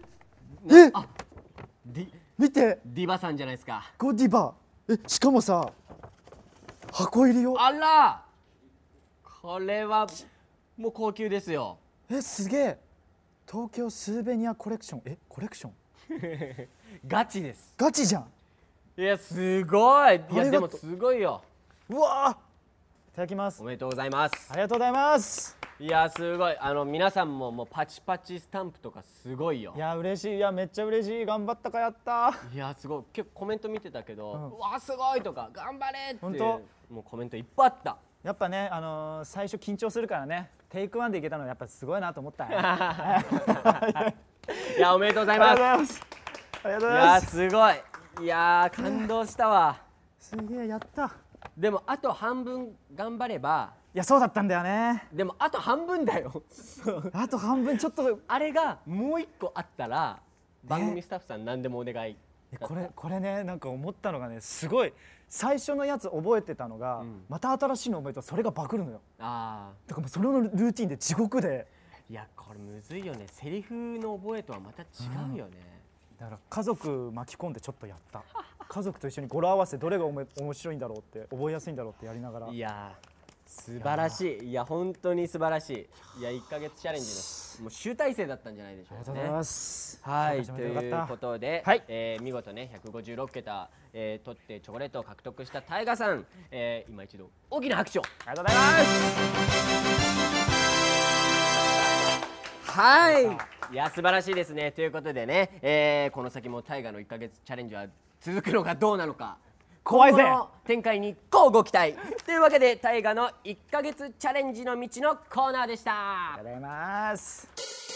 見て、 ディバさんじゃないですか。 ゴディバ。しかもさ、箱入りよ。 あら、かこれはもう高級ですよ。 すげえ。東京スーベニアコレクション。コレクションガチです。 ガチじゃん。 いやすごい。いやでもすごいよ。 うわー、いただきます。 おめでとうございます。 ありがとうございます。 いやすごい。皆さんももうパチパチスタンプとかすごいよ。 いや嬉しい。いやめっちゃ嬉しい。頑張ったかやった。 いやすごい。結構コメント見てたけど、 うんうわすごいとか頑張れって本当もうコメントいっぱいあった。 やっぱね、最初緊張するからね、テイクワンでいけたのはやっぱすごいなと思ったよ。 いやおめでとうございます。 ありがとうございます。ありがとうごいやざいます。 すごい。いや感動したわ。 すげえ、やった。 でもあと半分頑張れば。 いやそうだったんだよね。 でもあと半分だよ。 あと半分ちょっと。 あれがもう一個あったら番組スタッフさん何でもお願い。 これね、なんか思ったのがね、すごい最初のやつ覚えてたのが、また新しいの覚えたらそれがバグるのよ。 ああ。 だからもうそれのルーティンで地獄で。 いやこれむずいよね。セリフの覚えとはまた違うよね。 だから家族巻き込んでちょっとやった。家族と一緒に語呂合わせどれが面白いんだろうって覚えやすいんだろうってやりながら。 いや素晴らしい。いや本当に素晴らしい。いや1ヶ月チャレンジのもう集大成だったんじゃないでしょうかね。 ありがとうございます。 はいということで、 はい見事ね156桁、取ってチョコレートを獲得したタイガさん、今一度大きな拍手を。 ありがとうございます。 はいいや素晴らしいですね。ということでね、この先もタイガの1ヶ月チャレンジは続くのかどうなのか怖いぜ。 今後の展開に乞うご期待というわけでタイガの1ヶ月チャレンジの道のコーナーでした。 ありがとうございます。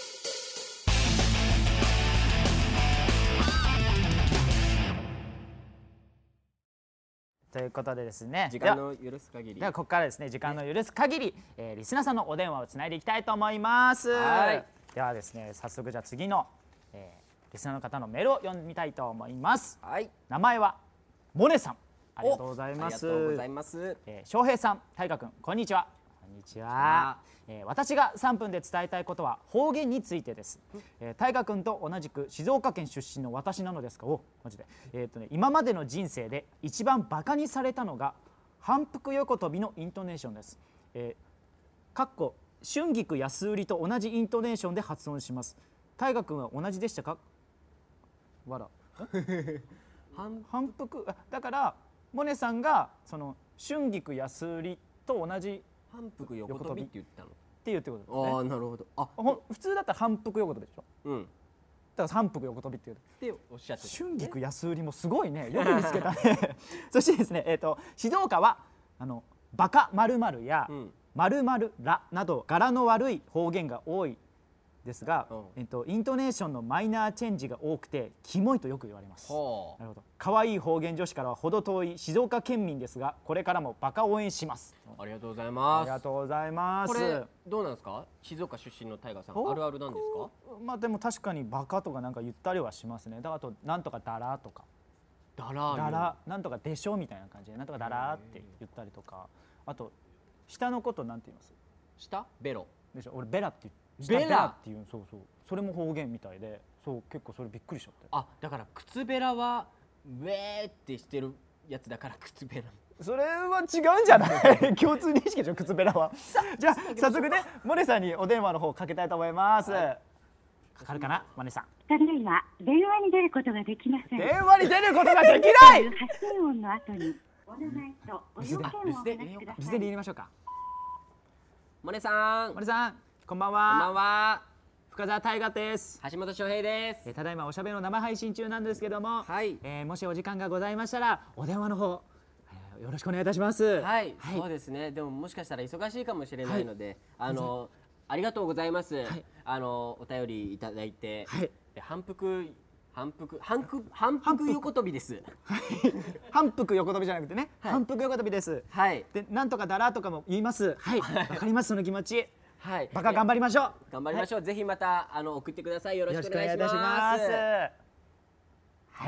ということでですね、 時間の許す限りではここからですね、時間の許す限り、リスナーさんのお電話をつないでいきたいと思います。 はいではですね、早速じゃあ次の、リスナーの方のメールを読んでみたいと思います。 はい、 名前はモネさん、ありがとうございます。 ありがとうございます。 翔平さん、大河君、こんにちは。こんにちは。私が3分で伝えたいことは方言についてです。大河君と同じく静岡県出身の私なのですが、マジで、今までの人生で一番バカにされたのが反復横跳びのイントネーションです。かっこ春菊安売りと同じイントネーションで発音します。大河君は同じでしたか？わら。反復だからモネさんがその春菊安売りと同じ反復横跳びって言ったのっていうってことですね。 ああなるほど。あ普通だったら反復横跳びでしょ。 うん。 だから反復横跳びっていう。 っておっしゃってた。 春菊安売りもすごいね。よく見つけたね。そしてですね、静岡はバカ〇〇や〇〇らなど柄の悪い方言が多いですが、イントネーションのマイナーチェンジが多くてキモいとよく言われます。なるほど。可愛い方言女子からは程遠い静岡県民ですが、これからもバカ応援します。 ありがとうございます。 ありがとうございます。 これどうなんですか？静岡出身のタイガーさん、あるあるなんですか？ まあでも確かにバカとかなんか言ったりはしますね。だからあとなんとかダラとかダラなんとかでしょみたいな感じでなんとかダラって言ったりとか、あと下のことなんて言います？下ベロでしょ。俺ベラって言ってベラっていう。そうそう、それも方言みたいで、そう結構それびっくりしちゃって。 あ、だから靴ベラはウェーってしてるやつだから靴ベラ。それは違うんじゃない共通認識でしょ、靴ベラは。じゃあ早速ね、モネさんにお電話の方かけたいと思います。かかるかな、モネさん。 ただいま電話に出ることができません。 電話に出ることができない。 発信音の後にお名前とお要件をお話しください。 留守電で入れましょうか。 モネさん。 モネさん、こんばんこんばんは。 は。 深澤大河です。 橋本翔平です。 ただいまおしゃべりの生配信中なんですけども、 はい。 もしお時間がございましたらお電話の方よろしくお願いいたします。 はい、そうですね。でももしかしたら忙しいかもしれないので、ありがとうございます。お便りいただいて、反復横跳びです。 反復横跳びじゃなくてね、反復横跳びです。 はい。 で、なんとかだらとかも言います。はい、わかります、その気持ち。 はい。 バカ頑張りましょう。 頑張りましょう。ぜひまた送ってください。よろしくお願いします。 はい。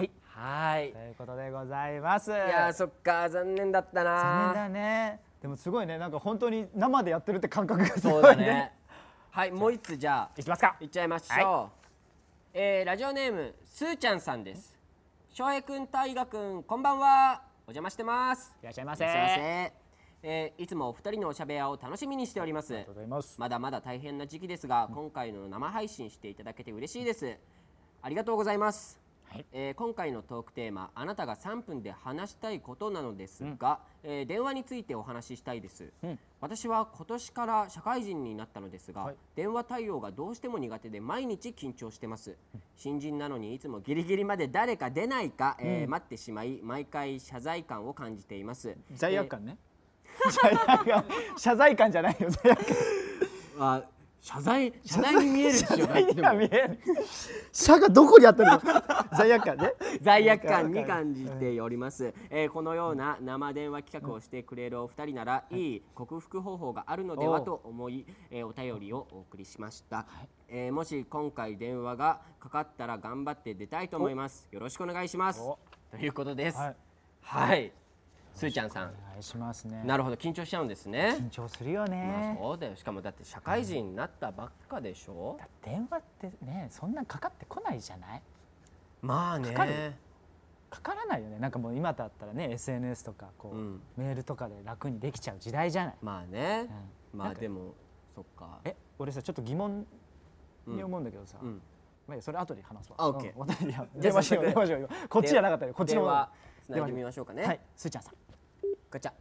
はい。 ということでございます。いや、そっか、残念だったな。 残念だね。でもすごいね、なんか本当に生でやってるって感覚がすごいね。 はい、もう一つじゃあいきますか。 いっちゃいましょう。ラジオネームすーちゃんさんです。翔平くん、大河くん、こんばんは。お邪魔してます。 いらっしゃいませ。 いつもお二人のおしゃべやを楽しみにしております。 ありがとうございます。 まだまだ大変な時期ですが、今回の生配信していただけて嬉しいです。ありがとうございます。 はい。 今回のトークテーマ、あなたが3分で話したいことなのですが、電話についてお話ししたいです。私は今年から社会人になったのですが、電話対応がどうしても苦手で毎日緊張してます。新人なのにいつもギリギリまで誰か出ないか、待ってしまい、毎回謝罪感を感じています。 罪悪感ね。謝罪感じゃないよ。罪悪感。 謝罪に見えるでしょ。 罪が見える。謝がどこにあったの？罪悪感ね。 罪悪感に感じております。このような生電話企画をしてくれるお二人なら、いい克服方法があるのではと思い、お便りをお送りしました。もし今回電話がかかったら頑張って出たいと思います。よろしくお願いします。ということです。はい。すーちゃんさん、 お願いしますね。 なるほど、緊張しちゃうんですね。 緊張するよね。 そうだよ。しかもだって社会人になったばっかでしょ。 電話ってね、そんなかかってこないじゃない。 まあね。 かからないよね。なんかもう今だったらね、 SNS とかこう、メールとかで楽にできちゃう時代じゃない。 まあね、まあでもそっか。 俺さちょっと疑問に思うんだけどさ、まあそれ後で話すわ。 オッケー。 電話しよう。こっちじゃなかったよ。こっちの電話つないでみましょうかね。 はい、すーちゃんさん。 ガチャ。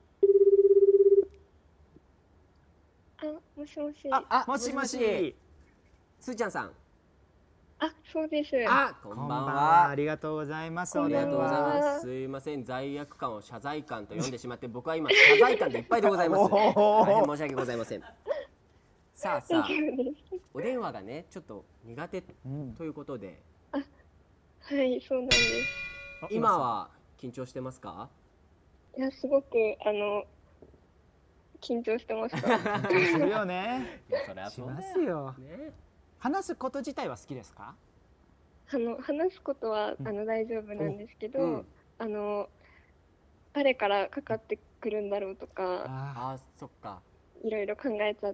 もしもし。 もしもし。 すーちゃんさん。 そうです。 こんばんは。 ありがとうございます。 ありがとうございます。すいません、罪悪感を謝罪感と呼んでしまって、僕は今謝罪感でいっぱいでございます。大変申し訳ございません。さあ、お電話がね、ちょっと苦手ということで。 はい、そうなんです。 今は緊張してますか？ いや、すごく緊張してますか？ 緊張するよね。 それはしますよ。話すこと自体は好きですか？ 話すことは大丈夫なんですけど、誰からかかってくるんだろうとか、 そっか。 いろいろ考えちゃって。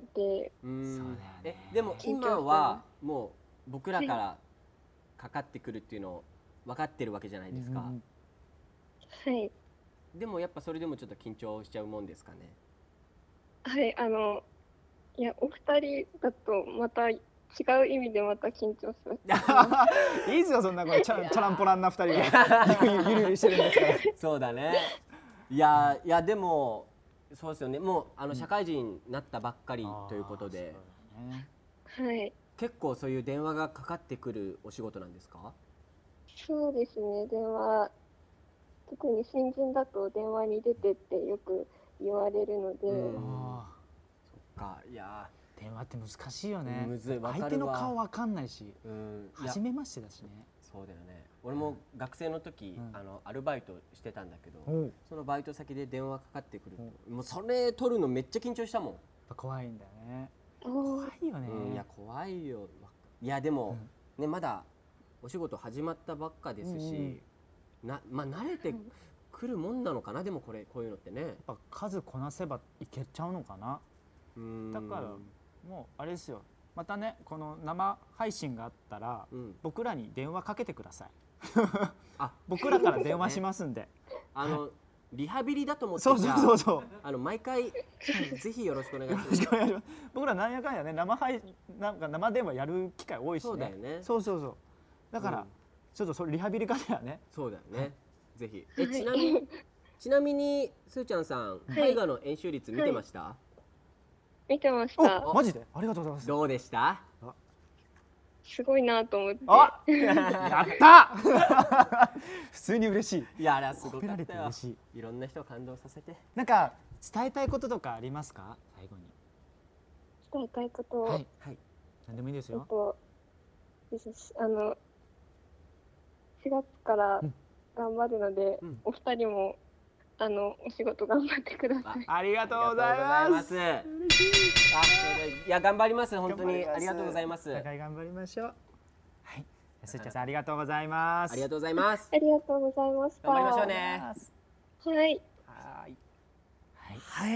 でも今はもう僕らからかかってくるっていうのを分かってるわけじゃないですか。 はい。 でもやっぱそれでもちょっと緊張しちゃうもんですかね。 はい、いや、お二人だとまた違う意味でまた緊張しました。 いいですよ、そんなチャランポランな二人がゆるゆるしてるんですから。 そうだね。いやでもそうですよね。もう社会人になったばっかりということで、 はい。 結構そういう電話がかかってくるお仕事なんですか？ そうですね。電話、特に新人だと電話に出てってよく言われるので。 そっか。いや電話って難しいよね。 むずい。 相手の顔わかんないし、初めましてだしね。 そうだよね。俺も学生の時アルバイトしてたんだけど、そのバイト先で電話かかってくると、もうそれ取るのめっちゃ緊張したもん。 怖いんだよね。怖いよね。 いや怖いよ。いやでもね、まだお仕事始まったばっかですし、まあ慣れてくるもんなのかな。でもこういうのってね、やっぱ数こなせばいけちゃうのかな。だからもうあれですよ。またね、この生配信があったら、僕らに電話かけてください。僕らから電話しますんで。 リハビリだと思って。 そう毎回ぜひよろしくお願いします。 僕らなんやかんやね、生電話やる機会多いしね。 そうだよね。 そうだからちょっとそれリハビリがてらね。 そうだよね。ぜひ。ちなみにすーちゃんさん、大河の円周率見てました？ 見てました。 マジで？ありがとうございます。 どうでした？ すごいなと思って。 やった。普通に嬉しい。 いや、あれはすごかったよ。 嬉しい。 いろんな人を感動させて。 なんか伝えたいこととかありますか？最後に。 伝えたいこと。 はい。何でもいいですよ。 4月から頑張るので、お二人もお仕事頑張ってください。 ありがとうございます。 いや頑張ります。本当にありがとうございます。 お互い頑張りましょう。はい。すーちゃんさんありがとうございます。 ありがとうございます。 ありがとうございました。 頑張りましょうね。 はい。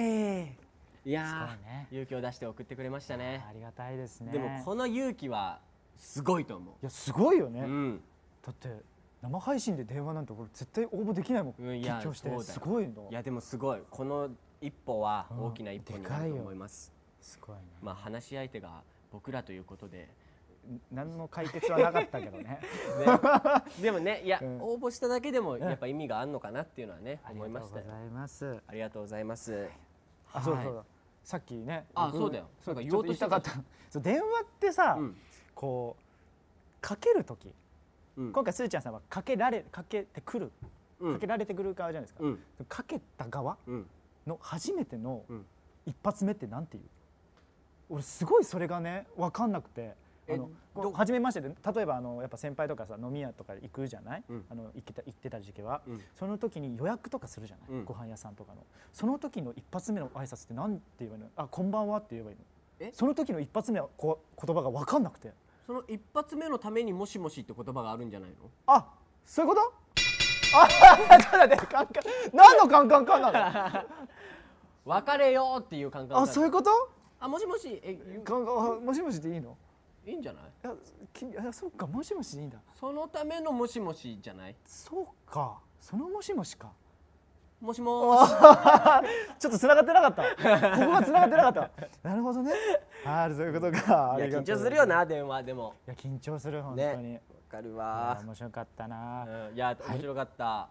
いや勇気を出して送ってくれましたね。 ありがたいですね。 でもこの勇気はすごいと思う。 いやすごいよね。だって生配信で電話なんて俺絶対応募できないもん。緊張してすごいの。 いやでもすごい。この一歩は大きな一歩になると思います。 すごいね。 まあ話し相手が僕らということで。 何の解決はなかったけどね。 でもね、いや、応募しただけでもやっぱ意味があるのかなっていうのはね、思いましたよ。 ありがとうございます。 ありがとうございます。 あ、そうだ。さっきね。 あ、そうだよ。 そうか、言おうとしたかった。電話ってさ、こうかけるとき、今回すーちゃんさんはかけてくる、かけられてくる側じゃないですか。かけた側の初めての一発目ってなんていう？俺すごいそれがね分かんなくて。初めましてで、例えばやっぱ先輩とかさ飲み屋とか行くじゃない、行ってた時期は、その時に予約とかするじゃない、ご飯屋さんとかの。その時の一発目の挨拶ってなんて言えばいいの？あ、こんばんはって言えばいいの？その時の一発目は言葉が分かんなくて。 その一発目のためにもしもしって言葉があるんじゃないの？ あ、そういうこと？あ、ちょっと待って、カンカン、何のカンカンカンなの？ 別れようっていう感覚。 あ、そういうこと？ あ、もしもし、 もしもしでいいの？ いいんじゃない？ いや、そっか、もしもしでいいんだ。 そのためのもしもしじゃない？ そうか、そのもしもしか。 もしもし。 ちょっと繋がってなかった。ここが繋がってなかった。なるほどね。あ、そういうことか。 いや、緊張するよな、電話でも。 いや、緊張する、本当に。わかるわ。 面白かったな。 いや、面白かった。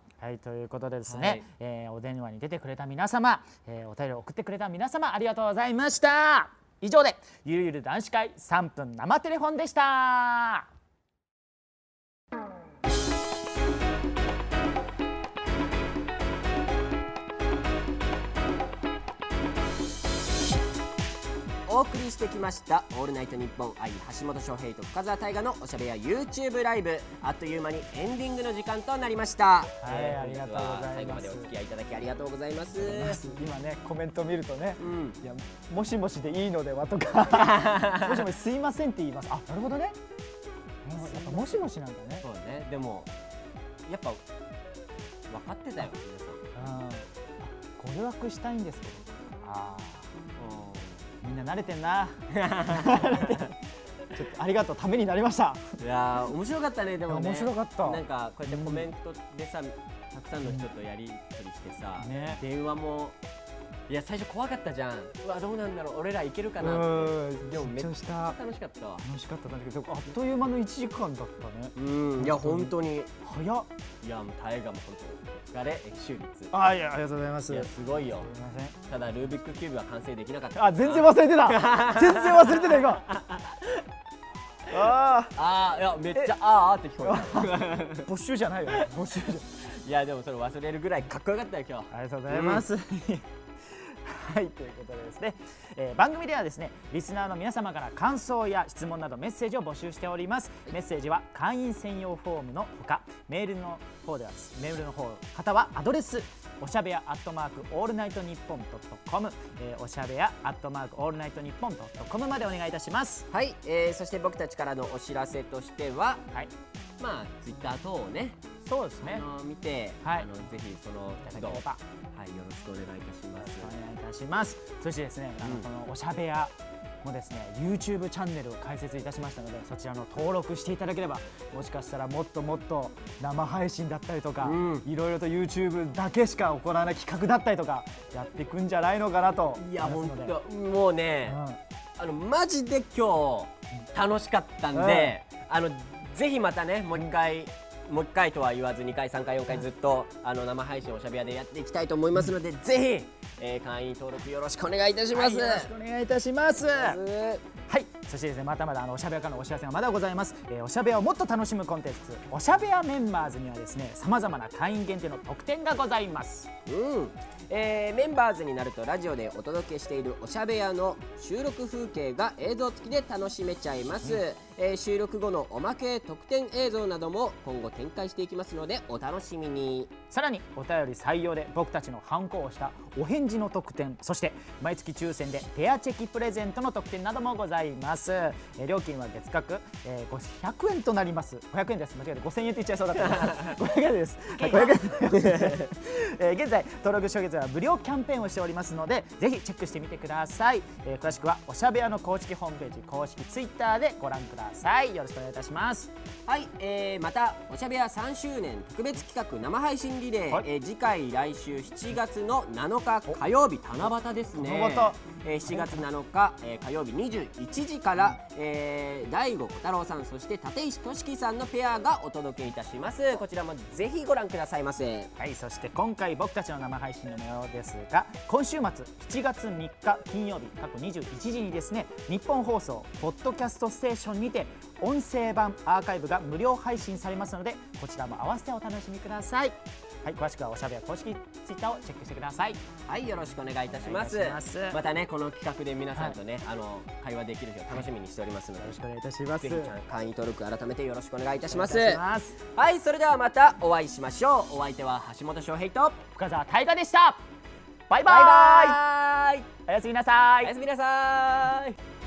はい、ということでですね、お電話に出てくれた皆様、お便りを送ってくれた皆様、ありがとうございました。以上でゆるゆる男子会3分生テレフォンでした。 お送りしてきました「オールナイトニッポン愛」橋本翔平と深澤大河のおしゃべや YouTube ライブ、あっという間にエンディングの時間となりました。 はい、ありがとうございます。 最後までお付き合いいただきありがとうございます。 今ねコメント見るとね、いやもしもしでいいのではとかもしもしすいませんって言います。あ、なるほどね。やっぱもしもしなんだね。 そうね。でもやっぱ分かってたよ皆さん。 ご予約したいんですけど。みんな慣れてんな。ちょっとありがとう、ためになりました。 いや面白かったね。でもね、 面白かった。 なんかこうやってコメントでさ、たくさんの人とやり取りしてさ、電話もいや最初怖かったじゃん。うわどうなんだろう、俺らいけるかなって。でもめっちゃ楽しかったわ。 楽しかったんだけど、あっという間の1時間だったね。いや本当に早っ。 いやもう大河も本当お疲れ、益周率。 いやありがとうございます。 いやすごいよ。すみません。ただルービックキューブは完成できなかった。 あ、全然忘れてた。全然忘れてた今。 いやめっちゃあーって聞こえた。 募集じゃないよ。募集じゃ。 いやでもそれ忘れるぐらいかっこよかったよ今日。 ありがとうございます。はい、ということでですね、番組ではですねリスナーの皆様から感想や質問などメッセージを募集しております。メッセージは会員専用フォームのほか、メールの方方はアドレスおしゃべやオールナイトニッポン.com、おしゃべやオールナイトニッポン.comまでお願いいたします。 はい、そして僕たちからのお知らせとしては、まあツイッター等をね、 そうですね、 見て、ぜひその都度よろしくお願いいたします。 お願いいたします。そしてですね、このおしゃべやもですね YouTube チャンネルを開設いたしましたので、そちらの登録していただければ、もしかしたらもっともっと生配信だったりとか、いろいろと YouTube だけしか行わない企画だったりとかやっていくんじゃないのかなと。 いや本当もうね、マジで今日楽しかったんで、ぜひまたねもう一回とは言わず2回3回4回ずっと生配信おしゃべやでやっていきたいと思いますので、ぜひ、会員登録よろしくお願いいたします。 よろしくお願いいたします。はい、そしてですねまだまだおしゃべやからのお知らせがまだございます。おしゃべやをもっと楽しむコンテンツおしゃべやメンバーズにはですねさまざまな会員限定の特典がございます。 メンバーズになるとラジオでお届けしているおしゃべやの収録風景が映像付きで楽しめちゃいます。収録後のおまけ特典映像なども今後展開していきますのでお楽しみに。 さらにお便り採用で僕たちのハンコをしたお返事の特典、そして毎月抽選でペアチェキプレゼントの特典などもございます。 ます。料金は月額、500円となります。500円です。間違えて5000円って言っちゃいそうだった500円です。はい、500円現在登録初月は無料キャンペーンをしておりますので、ぜひチェックしてみてください。詳しくはおしゃべやの公式ホームページ、公式ツイッターでご覧ください。よろしくお願いいたします。 はい、またおしゃべや3周年特別企画生配信リレー、はい、次回来週7月の7日火曜日七夕ですね。7月7日、火曜日21時から、大悟小太郎さん、そして立石俊樹さんのペアがお届けいたします。こちらもぜひご覧くださいませ。 はい、そして今回僕たちの生配信の模様ですが、今週末7月3日金曜日過去21時にですね、日本放送ポッドキャストステーションにて音声版アーカイブが無料配信されますので、こちらも合わせてお楽しみください。はい、詳しくはおしゃべや公式ツイッターをチェックしてください。 はい、よろしくお願いいたします。またね、この企画で皆さんとね、会話できる日を楽しみにしておりますので、 よろしくお願いいたします。 ぜひ会員登録改めてよろしくお願いいたします。はい、それではまたお会いしましょう。お相手は橋本翔平と深澤大我でした。バイバイ。おやすみなさい。 おやすみなさい。